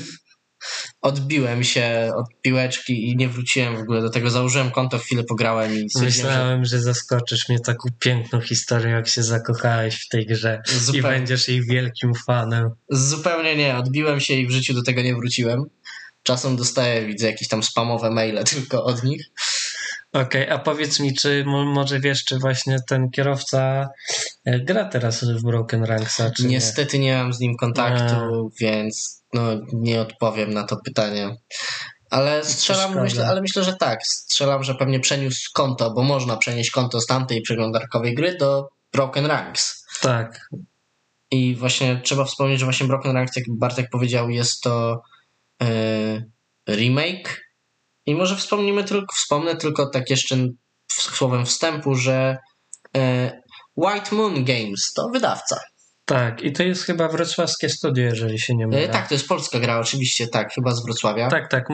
A: Odbiłem się od piłeczki i nie wróciłem w ogóle do tego. Założyłem konto, chwilę pograłem i
B: myślałem, że zaskoczysz mnie taką piękną historią, jak się zakochałeś w tej grze i będziesz jej wielkim fanem.
A: Zupełnie nie. Odbiłem się i w życiu do tego nie wróciłem. Czasem widzę jakieś tam spamowe maile tylko od nich.
B: Okej, a powiedz mi, czy może wiesz, czy właśnie ten kierowca gra teraz w Broken Ranksa, czy
A: Niestety nie mam z nim kontaktu, więc nie odpowiem na to pytanie. Ale myślę, że tak. Strzelam, że pewnie przeniósł konto, bo można przenieść konto z tamtej przeglądarkowej gry do Broken Ranks.
B: Tak.
A: I właśnie trzeba wspomnieć, że właśnie Broken Ranks, jak Bartek powiedział, jest to remake. I może wspomnę tylko tak jeszcze słowem wstępu, że White Moon Games to wydawca.
B: Tak, i to jest chyba wrocławskie studio, jeżeli się nie mylę.
A: Tak, to jest polska gra, oczywiście, tak, chyba z Wrocławia.
B: Tak.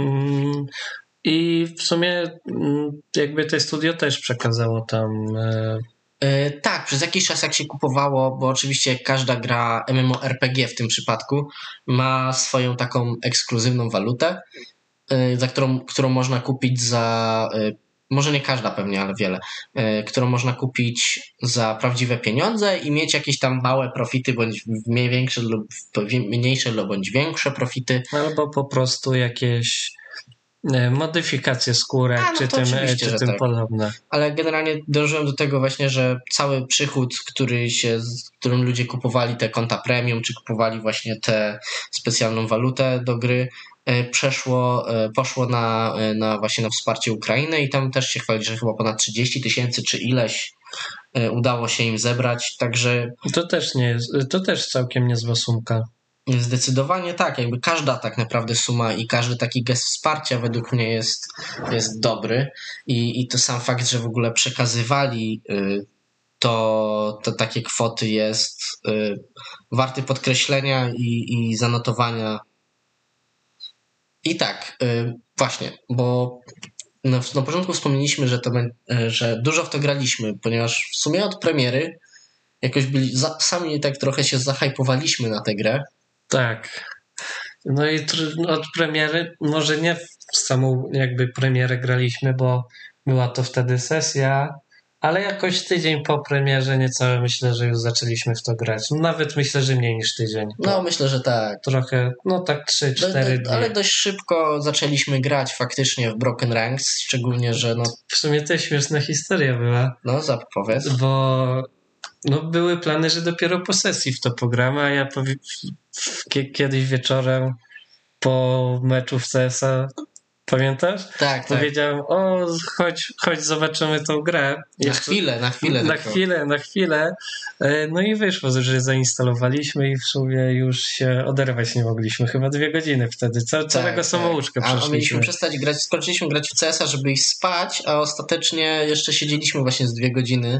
B: I w sumie jakby to studio też przekazało tam...
A: Tak, przez jakiś czas jak się kupowało, bo oczywiście każda gra MMORPG w tym przypadku ma swoją taką ekskluzywną walutę, za którą można kupić za... Może nie każda pewnie, ale wiele, którą można kupić za prawdziwe pieniądze i mieć jakieś tam małe profity, bądź mniejsze bądź większe profity.
B: Albo po prostu jakieś modyfikacje skórek, czy tym podobne.
A: Ale generalnie dążyłem do tego właśnie, że cały przychód, którym ludzie kupowali te konta premium, czy kupowali właśnie tę specjalną walutę do gry, poszło właśnie na wsparcie Ukrainy i tam też się chwali, że chyba ponad 30 000 czy ileś udało się im zebrać, także...
B: To też całkiem niezła sumka.
A: Zdecydowanie tak, jakby każda tak naprawdę suma i każdy taki gest wsparcia według mnie jest dobry i to sam fakt, że w ogóle przekazywali to takie kwoty jest warty podkreślenia i zanotowania. I tak, właśnie, bo No, na początku wspomnieliśmy, że dużo w to graliśmy, ponieważ w sumie od premiery jakoś sami tak trochę się zahajpowaliśmy na tę grę.
B: Tak. No i od premiery, może nie w samą jakby premierę graliśmy, bo była to wtedy sesja, ale jakoś tydzień po premierze niecałe myślę, że już zaczęliśmy w to grać. Nawet myślę, że mniej niż tydzień.
A: No myślę, że tak.
B: Trochę, no tak 3-4 dni.
A: Ale dość szybko zaczęliśmy grać faktycznie w Broken Ranks, szczególnie, że no...
B: W sumie to śmieszna historia była.
A: No, zapowiedz.
B: Bo były plany, że dopiero po sesji w to pogramy, a ja kiedyś wieczorem po meczu w CS-a, pamiętasz?
A: Tak.
B: Powiedziałem, chodź zobaczymy tą grę. Na chwilę. No i wyszło, że zainstalowaliśmy i w sumie już się oderwać nie mogliśmy. Chyba 2 godziny wtedy. Całego samouczka przeszliśmy.
A: A mieliśmy przestać grać, skończyliśmy grać w CS-a, żeby iść spać, a ostatecznie jeszcze siedzieliśmy właśnie z 2 godziny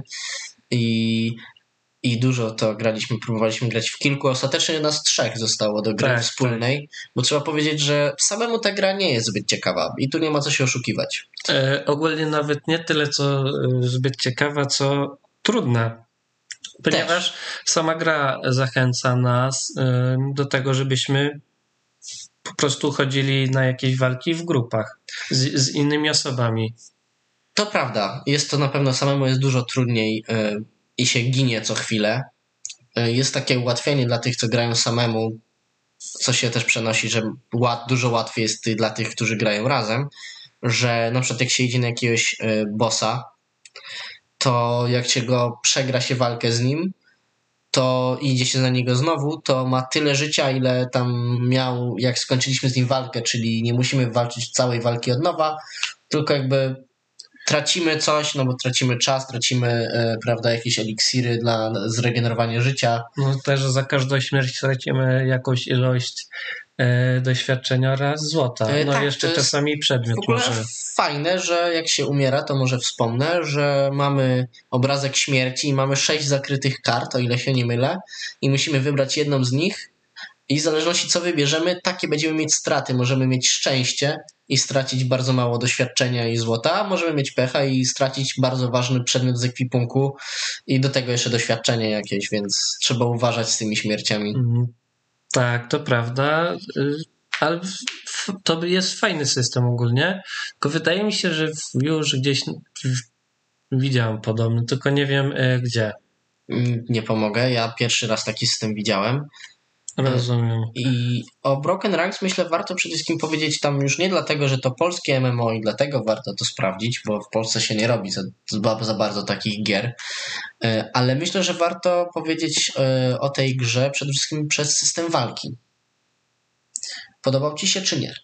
A: i dużo to graliśmy, próbowaliśmy grać w kilku, ostatecznie nas 3 zostało do gry wspólnej, bo trzeba powiedzieć, że samemu ta gra nie jest zbyt ciekawa i tu nie ma co się oszukiwać.
B: Ogólnie nawet nie tyle co zbyt ciekawa, co trudna, ponieważ sama gra zachęca nas do tego, żebyśmy po prostu chodzili na jakieś walki w grupach z innymi osobami.
A: To prawda, jest to na pewno samemu jest dużo trudniej i się ginie co chwilę. Jest takie ułatwienie dla tych, co grają samemu, co się też przenosi, że dużo łatwiej jest dla tych, którzy grają razem, że na przykład jak się idzie na jakiegoś bossa, to jak się go przegra się walkę z nim, to idzie się na niego znowu, to ma tyle życia, ile tam miał, jak skończyliśmy z nim walkę, czyli nie musimy walczyć całej walki od nowa, tylko jakby tracimy coś, no bo tracimy czas, tracimy, prawda, jakieś eliksiry dla zregenerowania życia.
B: No też za każdą śmierć tracimy jakąś ilość doświadczenia oraz złota. No tak, jeszcze czasami przedmiot.
A: W ogóle może. Fajne, że jak się umiera, to może wspomnę, że mamy obrazek śmierci i mamy 6 zakrytych kart, o ile się nie mylę, i musimy wybrać jedną z nich i w zależności co wybierzemy, takie będziemy mieć straty. Możemy mieć szczęście i stracić bardzo mało doświadczenia i złota, a możemy mieć pecha i stracić bardzo ważny przedmiot z ekwipunku i do tego jeszcze doświadczenie jakieś, więc trzeba uważać z tymi śmierciami.
B: Tak, to prawda, ale to jest fajny system ogólnie, tylko wydaje mi się, że już gdzieś widziałem podobny, tylko nie wiem gdzie.
A: Nie pomogę, ja pierwszy raz taki system widziałem.
B: Rozumiem.
A: I o Broken Ranks myślę warto przede wszystkim powiedzieć tam już nie dlatego, że to polskie MMO i dlatego warto to sprawdzić, bo w Polsce się nie robi za bardzo takich gier, ale myślę, że warto powiedzieć o tej grze przede wszystkim przez system walki. Podobał ci się czy nie?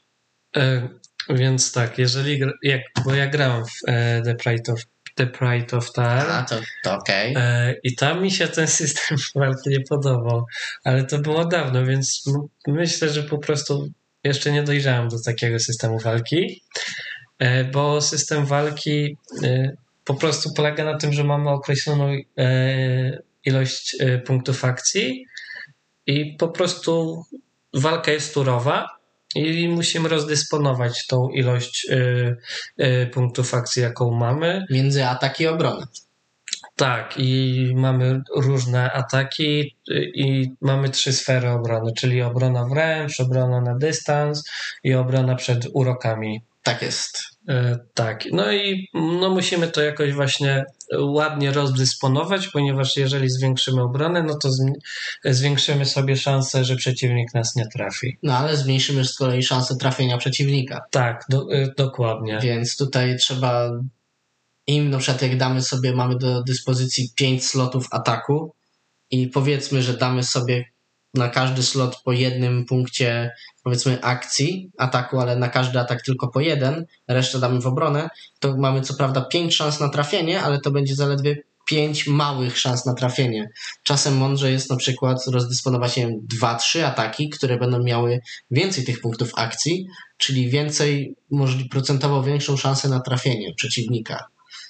B: Więc tak, bo ja grałem w The Pride of Tar.
A: A, to okej.
B: I tam mi się ten system walki nie podobał, ale to było dawno, więc myślę, że po prostu jeszcze nie dojrzałem do takiego systemu walki, bo system walki po prostu polega na tym, że mamy określoną ilość punktów akcji i po prostu walka jest turowa i musimy rozdysponować tą ilość punktów akcji, jaką mamy.
A: Między atak i obronę.
B: Tak, i mamy różne ataki i mamy 3 sfery obrony, czyli obrona wręcz, obrona na dystans i obrona przed urokami.
A: Tak jest.
B: Tak, no i musimy to jakoś właśnie ładnie rozdysponować, ponieważ jeżeli zwiększymy obronę, no to zwiększymy sobie szansę, że przeciwnik nas nie trafi.
A: No ale zmniejszymy z kolei szansę trafienia przeciwnika.
B: Tak, dokładnie.
A: Więc tutaj trzeba im na przykład jak mamy do dyspozycji 5 slotów ataku i powiedzmy, że damy sobie na każdy slot po jednym punkcie powiedzmy akcji, ataku, ale na każdy atak tylko po 1, resztę damy w obronę, to mamy co prawda 5 szans na trafienie, ale to będzie zaledwie 5 małych szans na trafienie. Czasem mądrze jest na przykład rozdysponować 2-3 ataki, które będą miały więcej tych punktów akcji, czyli procentowo większą szansę na trafienie przeciwnika.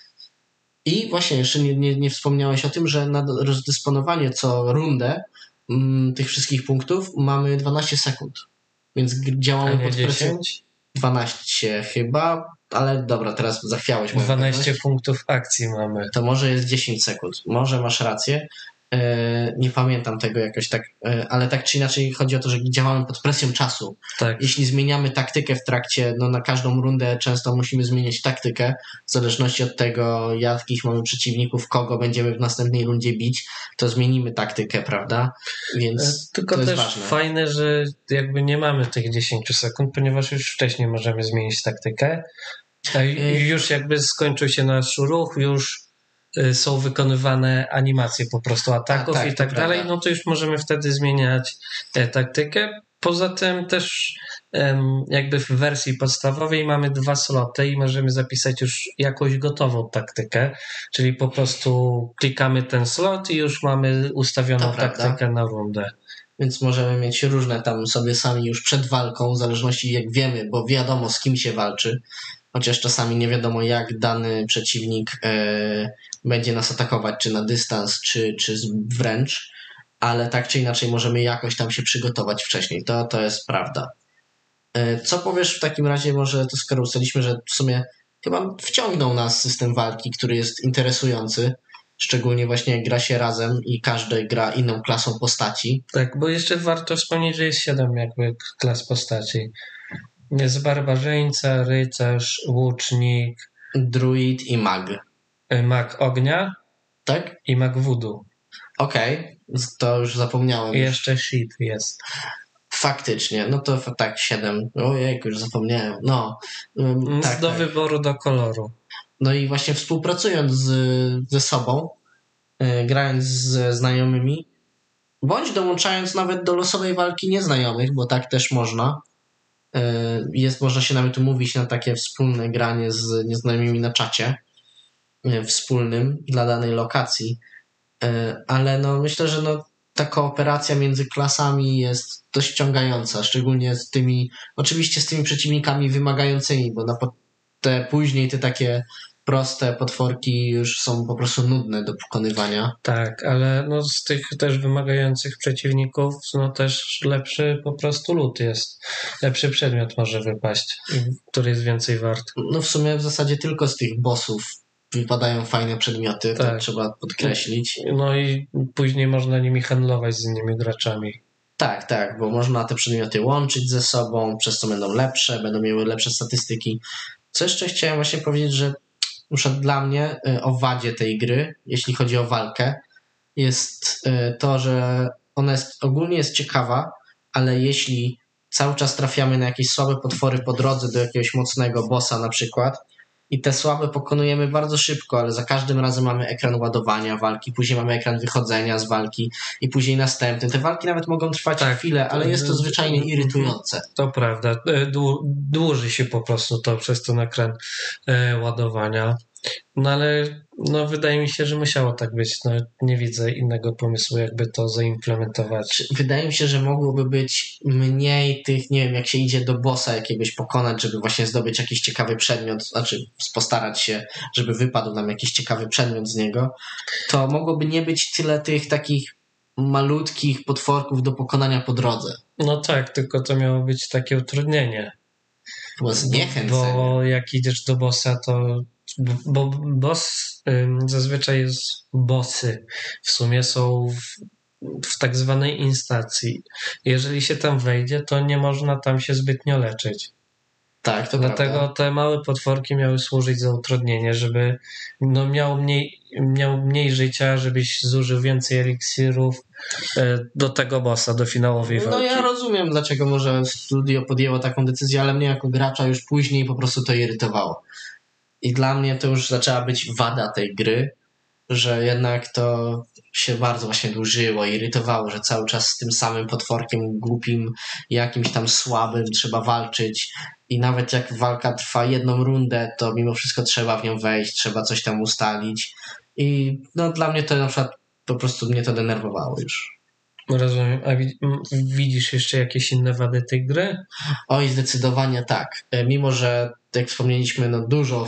A: I właśnie jeszcze nie wspomniałeś o tym, że na rozdysponowanie co rundę tych wszystkich punktów mamy 12 sekund. Więc działamy pod presją. 12 chyba. ale dobra, teraz zachwiałeś moją
B: 12
A: pewność.
B: punktów akcji mamy.
A: To może jest 10 sekund. Może masz rację. Nie pamiętam tego jakoś tak, ale tak czy inaczej chodzi o to, że działamy pod presją czasu.
B: Tak.
A: Jeśli zmieniamy taktykę w trakcie, no na każdą rundę często musimy zmieniać taktykę, w zależności od tego, jakich mamy przeciwników, kogo będziemy w następnej rundzie bić, to zmienimy taktykę, prawda? Więc
B: Tylko
A: to jest
B: też
A: ważne.
B: fajne, że jakby nie mamy tych 10 sekund, ponieważ już wcześniej możemy zmienić taktykę. Już jakby skończył się nasz ruch, już są wykonywane animacje po prostu ataków
A: tak,
B: i tak
A: to
B: dalej,
A: prawda.
B: no to już możemy wtedy zmieniać taktykę. Poza tym też jakby w wersji podstawowej mamy 2 sloty i możemy zapisać już jakąś gotową taktykę, czyli po prostu klikamy ten slot i już mamy ustawioną taktykę na rundę.
A: Więc możemy mieć różne tam sobie sami już przed walką, w zależności jak wiemy, bo wiadomo z kim się walczy, chociaż czasami nie wiadomo jak dany przeciwnik będzie nas atakować, czy na dystans, czy wręcz, ale tak czy inaczej możemy jakoś tam się przygotować wcześniej, to jest prawda. Co powiesz w takim razie, może to skoro ustaliliśmy, że w sumie chyba wciągnął nas system walki, który jest interesujący, szczególnie właśnie jak gra się razem i każdy gra inną klasą postaci.
B: Tak, bo jeszcze warto wspomnieć, że jest 7 jakby klas postaci. Jest barbarzyńca, rycerz, łucznik,
A: Druid i mag.
B: mag ognia,
A: Tak?
B: i mag voodoo.
A: Okej, to już zapomniałem.
B: I jeszcze sheep jest.
A: Faktycznie, no to tak 7. Ojejku, już zapomniałem. No, tak,
B: do
A: tak.
B: wyboru, do koloru.
A: No i właśnie współpracując ze sobą, grając ze znajomymi, bądź dołączając nawet do losowej walki nieznajomych, bo tak też można. Można się nawet umówić na takie wspólne granie z nieznajomymi na czacie wspólnym dla danej lokacji. Ale no myślę, że no ta kooperacja między klasami jest dość ściągająca, szczególnie oczywiście z tymi przeciwnikami wymagającymi, bo później te takie proste potworki już są po prostu nudne do pokonywania.
B: Tak, ale no z tych też wymagających przeciwników, no też lepszy po prostu loot jest. Lepszy przedmiot może wypaść, który jest więcej wart.
A: No w sumie w zasadzie tylko z tych bossów wypadają fajne przedmioty, tak. To trzeba podkreślić.
B: No i później można nimi handlować z innymi graczami.
A: Tak, bo można te przedmioty łączyć ze sobą, przez co będą lepsze, będą miały lepsze statystyki. Co jeszcze chciałem właśnie powiedzieć, że na przykład dla mnie o wadzie tej gry, jeśli chodzi o walkę, jest to, że ona ogólnie jest ciekawa, ale jeśli cały czas trafiamy na jakieś słabe potwory po drodze do jakiegoś mocnego bossa na przykład i te słabe pokonujemy bardzo szybko, ale za każdym razem mamy ekran ładowania walki, później mamy ekran wychodzenia z walki i później następny. Te walki nawet mogą trwać chwilę, ale jest to zwyczajnie irytujące.
B: To prawda. Dłuży się po prostu to przez ten ekran ładowania. No ale no, wydaje mi się, że musiało tak być. No, nie widzę innego pomysłu, jakby to zaimplementować.
A: Wydaje mi się, że mogłoby być mniej tych, nie wiem, jak się idzie do bossa jakiegoś pokonać, żeby właśnie zdobyć jakiś ciekawy przedmiot, znaczy postarać się, żeby wypadł nam jakiś ciekawy przedmiot z niego, to mogłoby nie być tyle tych takich malutkich potworków do pokonania po drodze.
B: No tak, tylko to miało być takie utrudnienie.
A: Chyba zniechęcenie.
B: Bo jak idziesz do bossa, to bo boss zazwyczaj bossy w sumie są w tak zwanej instacji. Jeżeli się tam wejdzie, to nie można tam się zbytnio leczyć.
A: Tak, to
B: dlatego
A: prawda.
B: Te małe potworki miały służyć za utrudnienie, żeby miał mniej życia, żebyś zużył więcej eliksirów do tego bossa, do finałowej walki.
A: No ja rozumiem, dlaczego może studio podjęło taką decyzję, ale mnie jako gracza już później po prostu to irytowało. I dla mnie to już zaczęła być wada tej gry, że jednak to się bardzo właśnie dłużyło, irytowało, że cały czas z tym samym potworkiem głupim, jakimś tam słabym trzeba walczyć i nawet jak walka trwa 1 rundę, to mimo wszystko trzeba w nią wejść, trzeba coś tam ustalić i no dla mnie to na przykład po prostu mnie to denerwowało już.
B: Rozumiem. A widzisz jeszcze jakieś inne wady tej gry?
A: Oj, zdecydowanie tak. Mimo, że jak wspomnieliśmy, no dużo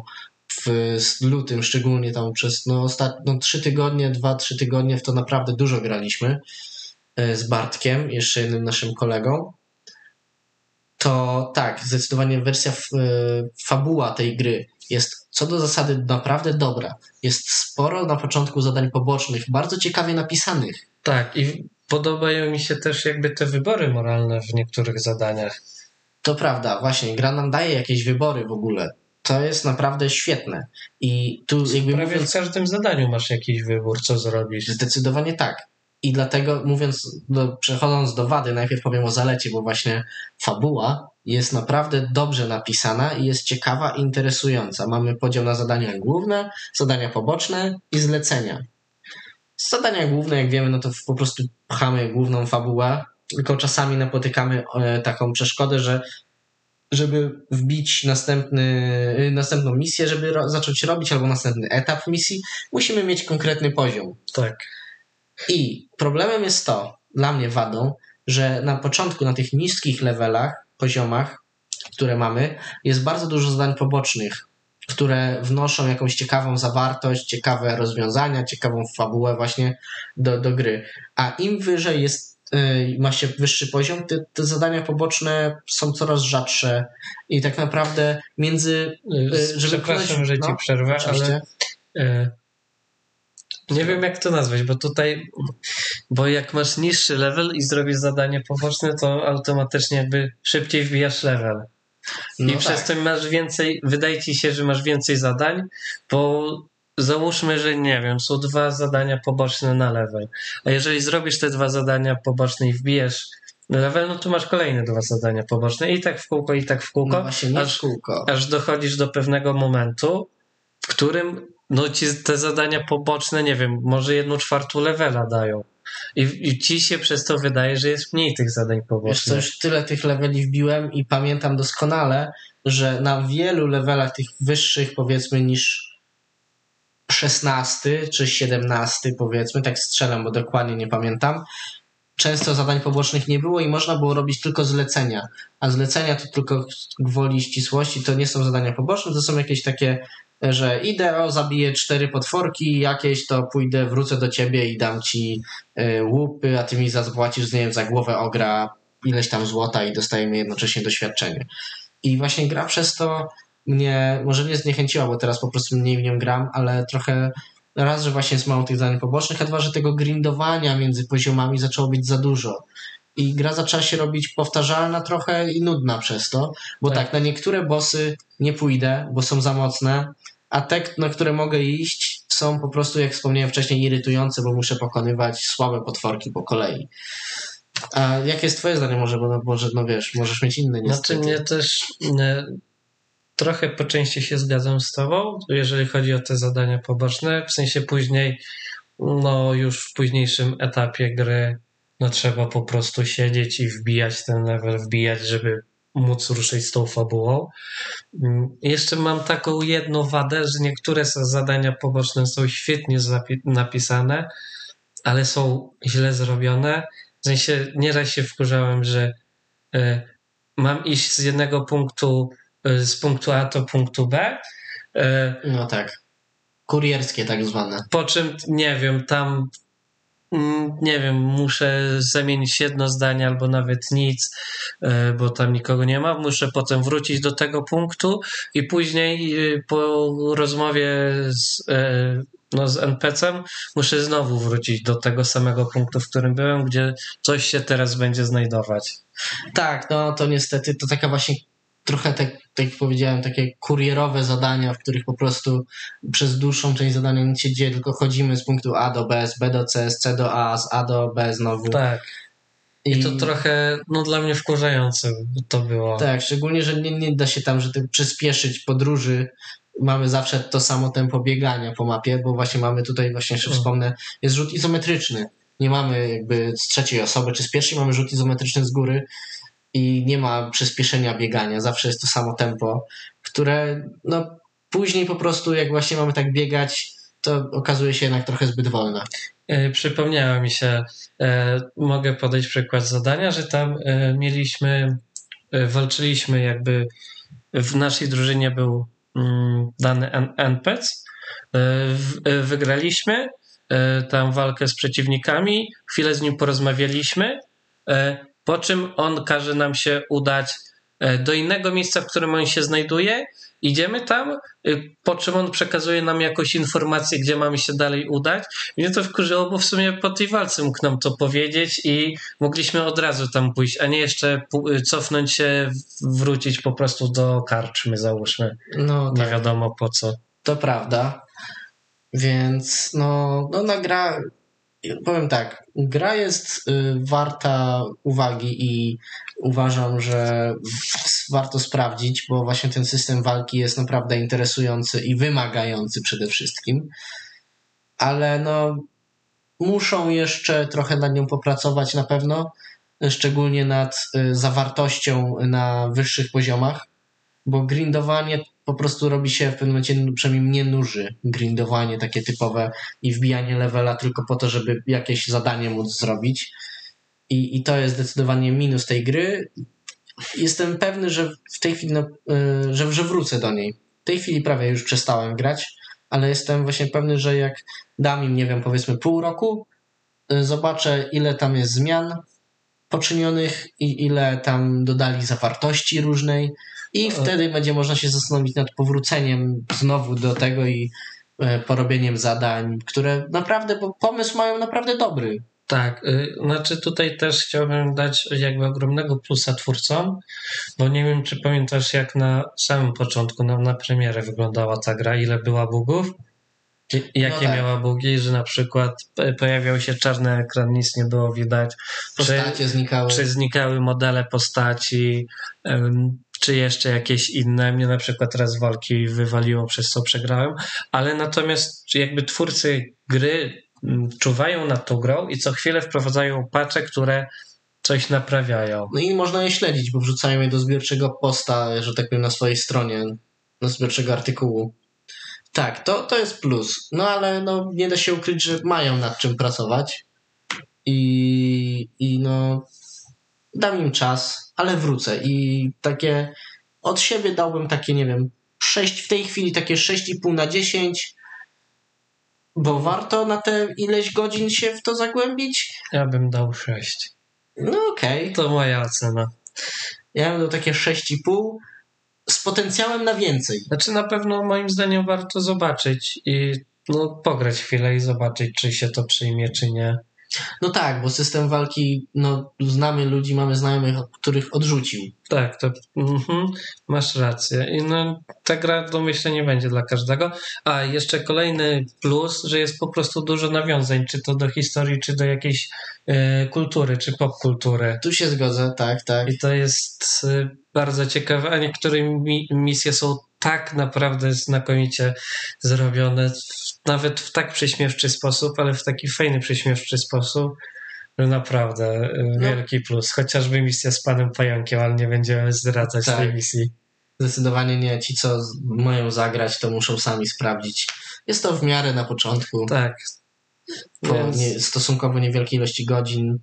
A: w lutym, szczególnie tam przez 3 tygodnie, 2-3 tygodnie w to naprawdę dużo graliśmy z Bartkiem, jeszcze jednym naszym kolegą, to tak, zdecydowanie fabuła tej gry jest co do zasady naprawdę dobra. Jest sporo na początku zadań pobocznych, bardzo ciekawie napisanych.
B: Tak, i podobają mi się też jakby te wybory moralne w niektórych zadaniach.
A: To prawda, właśnie, gra nam daje jakieś wybory w ogóle. To jest naprawdę świetne. I tu jakby
B: Prawie w każdym zadaniu masz jakiś wybór, co zrobisz.
A: Zdecydowanie tak. I dlatego przechodząc do wady, najpierw powiem o zalecie, bo właśnie fabuła jest naprawdę dobrze napisana i jest ciekawa i interesująca. Mamy podział na zadania główne, zadania poboczne i zlecenia. Zadania główne, jak wiemy, no to po prostu pchamy główną fabułę, tylko czasami napotykamy taką przeszkodę, że żeby wbić następną misję, żeby zacząć robić, albo następny etap misji, musimy mieć konkretny poziom.
B: Tak.
A: I problemem jest to, dla mnie wadą, że na początku, na tych niskich levelach, poziomach, które mamy, jest bardzo dużo zadań pobocznych, które wnoszą jakąś ciekawą zawartość, ciekawe rozwiązania, ciekawą fabułę właśnie do gry. A im wyżej ma się wyższy poziom, te zadania poboczne są coraz rzadsze i tak naprawdę
B: Przepraszam, że ci przerwę,
A: oczywiście.
B: Ale nie wiem jak to nazwać, bo jak masz niższy level i zrobisz zadanie poboczne, to automatycznie jakby szybciej wbijasz level. I przez to masz więcej, wydaje ci się, że masz więcej zadań, bo załóżmy, że nie wiem, są 2 zadania poboczne na level. A jeżeli zrobisz te 2 zadania poboczne i wbijesz level, no to masz kolejne 2 zadania poboczne i tak w kółko,
A: No właśnie, nie w kółko.
B: Aż dochodzisz do pewnego momentu, w którym no ci te zadania poboczne, nie wiem, może 1/4 levela dają. I ci się przez to wydaje, że jest mniej tych zadań pobocznych.
A: Wiesz co, już tyle tych leveli wbiłem i pamiętam doskonale, że na wielu levelach tych wyższych, powiedzmy, niż 16 czy 17, powiedzmy, tak strzelam, bo dokładnie nie pamiętam, często zadań pobocznych nie było i można było robić tylko zlecenia. A zlecenia to tylko gwoli ścisłości, to nie są zadania poboczne, to są jakieś takie, że idę, zabiję 4 potworki jakieś, to pójdę, wrócę do ciebie i dam ci łupy, a ty mi zapłacisz, nie wiem, za głowę ogra ileś tam złota i dostajemy jednocześnie doświadczenie. I właśnie gra przez to mnie może nie zniechęciła, bo teraz po prostu mniej w nią gram, ale trochę raz, że właśnie jest mało tych zadań pobocznych, a 2, że tego grindowania między poziomami zaczęło być za dużo. I gra zaczęła się robić powtarzalna trochę i nudna przez to, bo tak, na niektóre bossy nie pójdę, bo są za mocne, a te, na które mogę iść, są po prostu, jak wspomniałem wcześniej, irytujące, bo muszę pokonywać słabe potworki po kolei. A jakie jest twoje zdanie? Może wiesz, możesz mieć inne niestety.
B: Znaczy mnie też trochę po części się zgadzam z tobą, jeżeli chodzi o te zadania poboczne, w sensie później, no już w późniejszym etapie gry, no trzeba po prostu siedzieć i wbijać ten level, żeby móc ruszyć z tą fabułą. Jeszcze mam taką jedną wadę, że niektóre zadania poboczne są świetnie napisane, ale są źle zrobione. W sensie nieraz się wkurzałem, że mam iść z jednego punktu, z punktu A do punktu B.
A: No tak. Kurierskie tak zwane.
B: Po czym, nie wiem, tam muszę zamienić jedno zdanie albo nawet nic, bo tam nikogo nie ma. Muszę potem wrócić do tego punktu i później po rozmowie z NPC-em muszę znowu wrócić do tego samego punktu, w którym byłem, gdzie coś się teraz będzie znajdować.
A: Tak, no to niestety to taka właśnie trochę, tak jak powiedziałem, takie kurierowe zadania, w których po prostu przez dłuższą część zadania nic się dzieje, tylko chodzimy z punktu A do B, z B do C, z C do A, z A do B znowu.
B: Tak. I to trochę, dla mnie wkurzające to było.
A: Tak, szczególnie, że nie da się tam, przyspieszyć podróży. Mamy zawsze to samo tempo biegania po mapie, bo właśnie mamy tutaj, właśnie jeszcze wspomnę, jest rzut izometryczny. Nie mamy jakby z trzeciej osoby czy z pierwszej, mamy rzut izometryczny z góry i nie ma przyspieszenia biegania. Zawsze jest to samo tempo, które później po prostu jak właśnie mamy tak biegać, to okazuje się jednak trochę zbyt wolne.
B: Przypomniało mi się, mogę podać przykład zadania, że tam walczyliśmy jakby, w naszej drużynie był dany NPC, wygraliśmy tam walkę z przeciwnikami, chwilę z nim porozmawialiśmy, po czym on każe nam się udać do innego miejsca, w którym on się znajduje, idziemy tam, po czym on przekazuje nam jakąś informację, gdzie mamy się dalej udać. Mnie to wkurzyło, bo w sumie po tej walce mógł nam to powiedzieć i mogliśmy od razu tam pójść, a nie jeszcze cofnąć się, wrócić po prostu do karczmy, załóżmy.
A: No
B: Nie
A: tak,
B: wiadomo po co.
A: to prawda. Więc na gra, powiem tak, gra jest warta uwagi i uważam, że warto sprawdzić, bo właśnie ten system walki jest naprawdę interesujący i wymagający przede wszystkim. Ale muszą jeszcze trochę nad nią popracować na pewno, szczególnie nad zawartością na wyższych poziomach, bo grindowanie po prostu robi się w pewnym momencie, przynajmniej mnie nuży grindowanie takie typowe i wbijanie levela tylko po to, żeby jakieś zadanie móc zrobić. I to jest zdecydowanie minus tej gry. Jestem pewny, że w tej chwili, że wrócę do niej. W tej chwili prawie już przestałem grać, ale jestem właśnie pewny, że jak dam im, nie wiem, powiedzmy pół roku, zobaczę ile tam jest zmian poczynionych i ile tam dodali zawartości różnej i wtedy będzie można się zastanowić nad powróceniem znowu do tego i porobieniem zadań, które naprawdę, bo pomysł mają naprawdę dobry.
B: Tak, znaczy tutaj też chciałbym dać jakby ogromnego plusa twórcom, bo nie wiem, czy pamiętasz, jak na samym początku, na premierę wyglądała ta gra, ile była bugów, jakie miała bugi, że na przykład pojawiał się czarny ekran, nic nie było widać,
A: Postacie znikały.
B: Czy znikały modele postaci, czy jeszcze jakieś inne. Mnie na przykład raz walki wywaliło, przez co przegrałem, ale natomiast jakby twórcy gry czuwają nad tą grą i co chwilę wprowadzają patche, które coś naprawiają.
A: No i można je śledzić, bo wrzucają je do zbiorczego posta, że tak powiem, na swojej stronie, do zbiorczego artykułu. Tak, to jest plus. No ale nie da się ukryć, że mają nad czym pracować i dam im czas, ale wrócę i takie od siebie dałbym takie, nie wiem, 6, w tej chwili takie 6,5 na 10, bo warto na te ileś godzin się w to zagłębić.
B: Ja bym dał 6.
A: No okej.
B: To moja ocena.
A: Ja bym dał takie 6,5 z potencjałem na więcej.
B: Znaczy na pewno moim zdaniem warto zobaczyć i pograć chwilę i zobaczyć, czy się to przyjmie, czy nie.
A: No tak, bo system walki, znamy ludzi, mamy znajomych, których odrzucił.
B: Tak, to masz rację. I ta gra domyślę nie będzie dla każdego. A jeszcze kolejny plus, że jest po prostu dużo nawiązań, czy to do historii, czy do jakiejś kultury, czy popkultury.
A: Tu się zgodzę, tak.
B: I to jest bardzo ciekawe, a niektóre misje są tak naprawdę znakomicie zrobione, nawet w tak prześmiewczy sposób, ale w taki fajny, prześmiewczy sposób, że naprawdę wielki plus. Chociażby misja z panem pająkiem, ale nie będziemy zdradzać tej misji.
A: Zdecydowanie nie. Ci, co mają zagrać, to muszą sami sprawdzić. Jest to w miarę na początku.
B: Tak.
A: Po stosunkowo niewielkiej ilości godzin,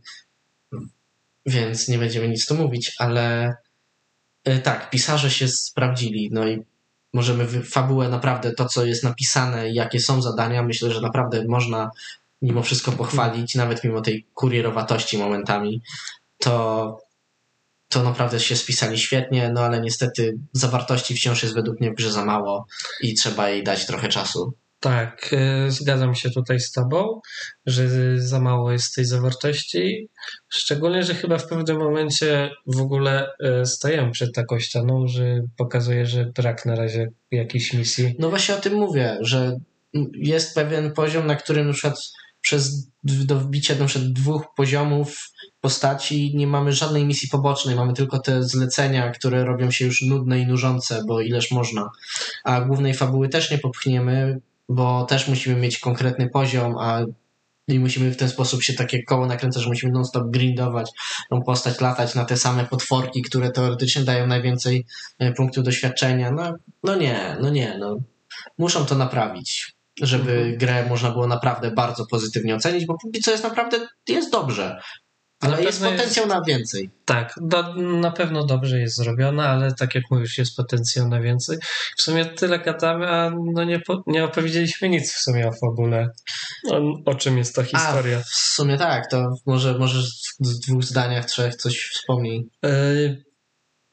A: więc nie będziemy nic tu mówić, ale tak, pisarze się sprawdzili, i możemy fabułę naprawdę, to co jest napisane, jakie są zadania, myślę, że naprawdę można mimo wszystko pochwalić, nawet mimo tej kurierowatości momentami, to naprawdę się spisali świetnie, ale niestety zawartości wciąż jest według mnie w grze za mało i trzeba jej dać trochę czasu.
B: Tak, zgadzam się tutaj z tobą, że za mało jest tej zawartości, szczególnie, że chyba w pewnym momencie w ogóle stajemy przed taką ścianą, że pokazuje, że brak na razie jakiejś misji.
A: No właśnie o tym mówię, że jest pewien poziom, na którym na przykład do wbicia na przykład 2 poziomów postaci nie mamy żadnej misji pobocznej, mamy tylko te zlecenia, które robią się już nudne i nużące, bo ileż można, a głównej fabuły też nie popchniemy, bo też musimy mieć konkretny poziom, i musimy w ten sposób się takie koło nakręcać, że musimy non-stop grindować tą postać, latać na te same potworki, które teoretycznie dają najwięcej punktów doświadczenia. Nie. Muszą to naprawić, żeby grę można było naprawdę bardzo pozytywnie ocenić, bo póki co jest dobrze. Ale jest potencjał na więcej.
B: Tak, na pewno dobrze jest zrobiona, ale tak jak mówisz, jest potencjał na więcej. W sumie tyle gadamy, a nie opowiedzieliśmy nic w sumie o fabule. O czym jest ta historia.
A: W sumie tak, to może w 2 zdaniach, 3 coś wspomnij.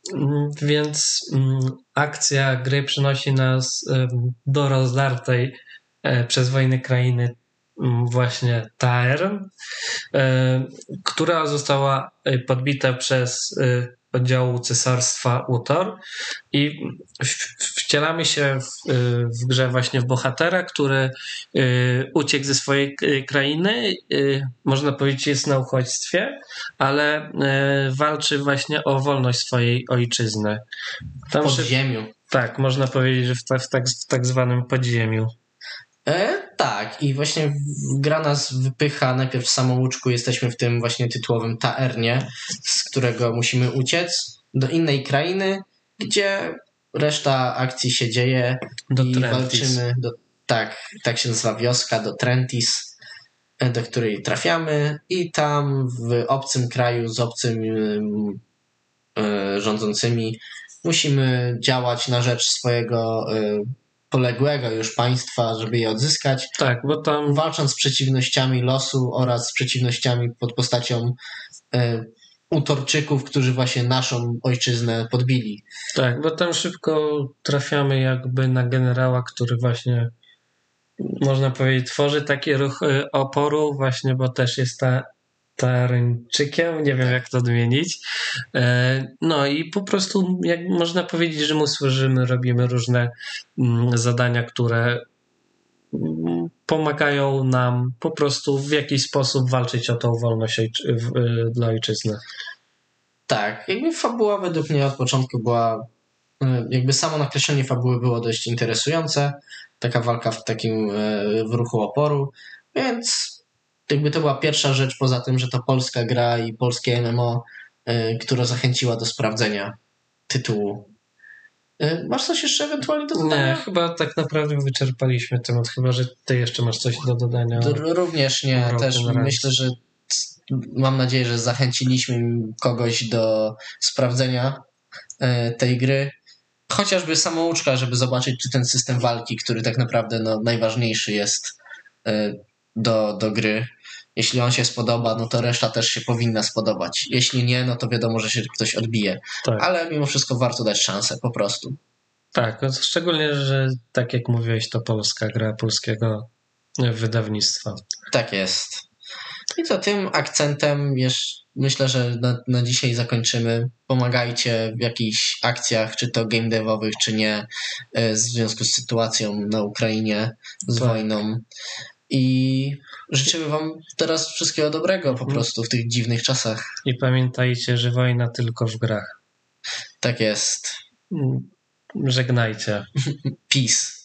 B: Więc akcja gry przynosi nas do rozdartej przez wojnę krainy właśnie Taern, która została podbita przez oddziału cesarstwa Utor i wcielamy się w grze właśnie w bohatera, który uciekł ze swojej krainy, można powiedzieć jest na uchodźstwie, ale walczy właśnie o wolność swojej ojczyzny.
A: W podziemiu.
B: Tak, można powiedzieć, że w tak zwanym podziemiu.
A: Tak, i właśnie gra nas wypycha. Najpierw w samouczku jesteśmy w tym właśnie tytułowym Taernie, z którego musimy uciec do innej krainy, gdzie reszta akcji się dzieje i
B: Trentis.
A: walczymy. Tak się nazywa wioska, do Trentis, do której trafiamy i tam w obcym kraju z obcymi rządzącymi musimy działać na rzecz swojego poległego już państwa, żeby je odzyskać.
B: Tak, bo tam
A: walcząc z przeciwnościami losu oraz z przeciwnościami pod postacią Utorczyków, którzy właśnie naszą ojczyznę podbili.
B: Tak, bo tam szybko trafiamy jakby na generała, który właśnie można powiedzieć tworzy taki ruch oporu właśnie, bo też jest Taryńczykiem, nie wiem jak to odmienić. No i po prostu jak można powiedzieć, że mu służymy, robimy różne zadania, które pomagają nam po prostu w jakiś sposób walczyć o tą wolność dla ojczyzny.
A: Tak, jakby fabuła według mnie od początku była, jakby samo nakreślenie fabuły było dość interesujące, taka walka w ruchu oporu, więc jakby to była pierwsza rzecz poza tym, że to polska gra i polskie MMO, która zachęciła do sprawdzenia tytułu. Masz coś jeszcze ewentualnie do dodania?
B: Nie, chyba tak naprawdę wyczerpaliśmy temat, chyba że ty jeszcze masz coś do dodania.
A: Również nie, też myślę, że mam nadzieję, że zachęciliśmy kogoś do sprawdzenia tej gry. Chociażby samouczka, żeby zobaczyć, czy ten system walki, który tak naprawdę najważniejszy jest do gry. Jeśli on się spodoba, no to reszta też się powinna spodobać. Jeśli nie, no to wiadomo, że się ktoś odbije. Tak. Ale mimo wszystko warto dać szansę, po prostu.
B: Tak, szczególnie, że tak jak mówiłeś, to polska gra polskiego wydawnictwa.
A: Tak jest. I to tym akcentem myślę, że na dzisiaj zakończymy. Pomagajcie w jakichś akcjach, czy to game devowych, czy nie, w związku z sytuacją na Ukrainie, z wojną. I życzymy wam teraz wszystkiego dobrego po prostu w tych dziwnych czasach.
B: I pamiętajcie, że wojna tylko w grach.
A: Tak jest.
B: Żegnajcie.
A: Peace.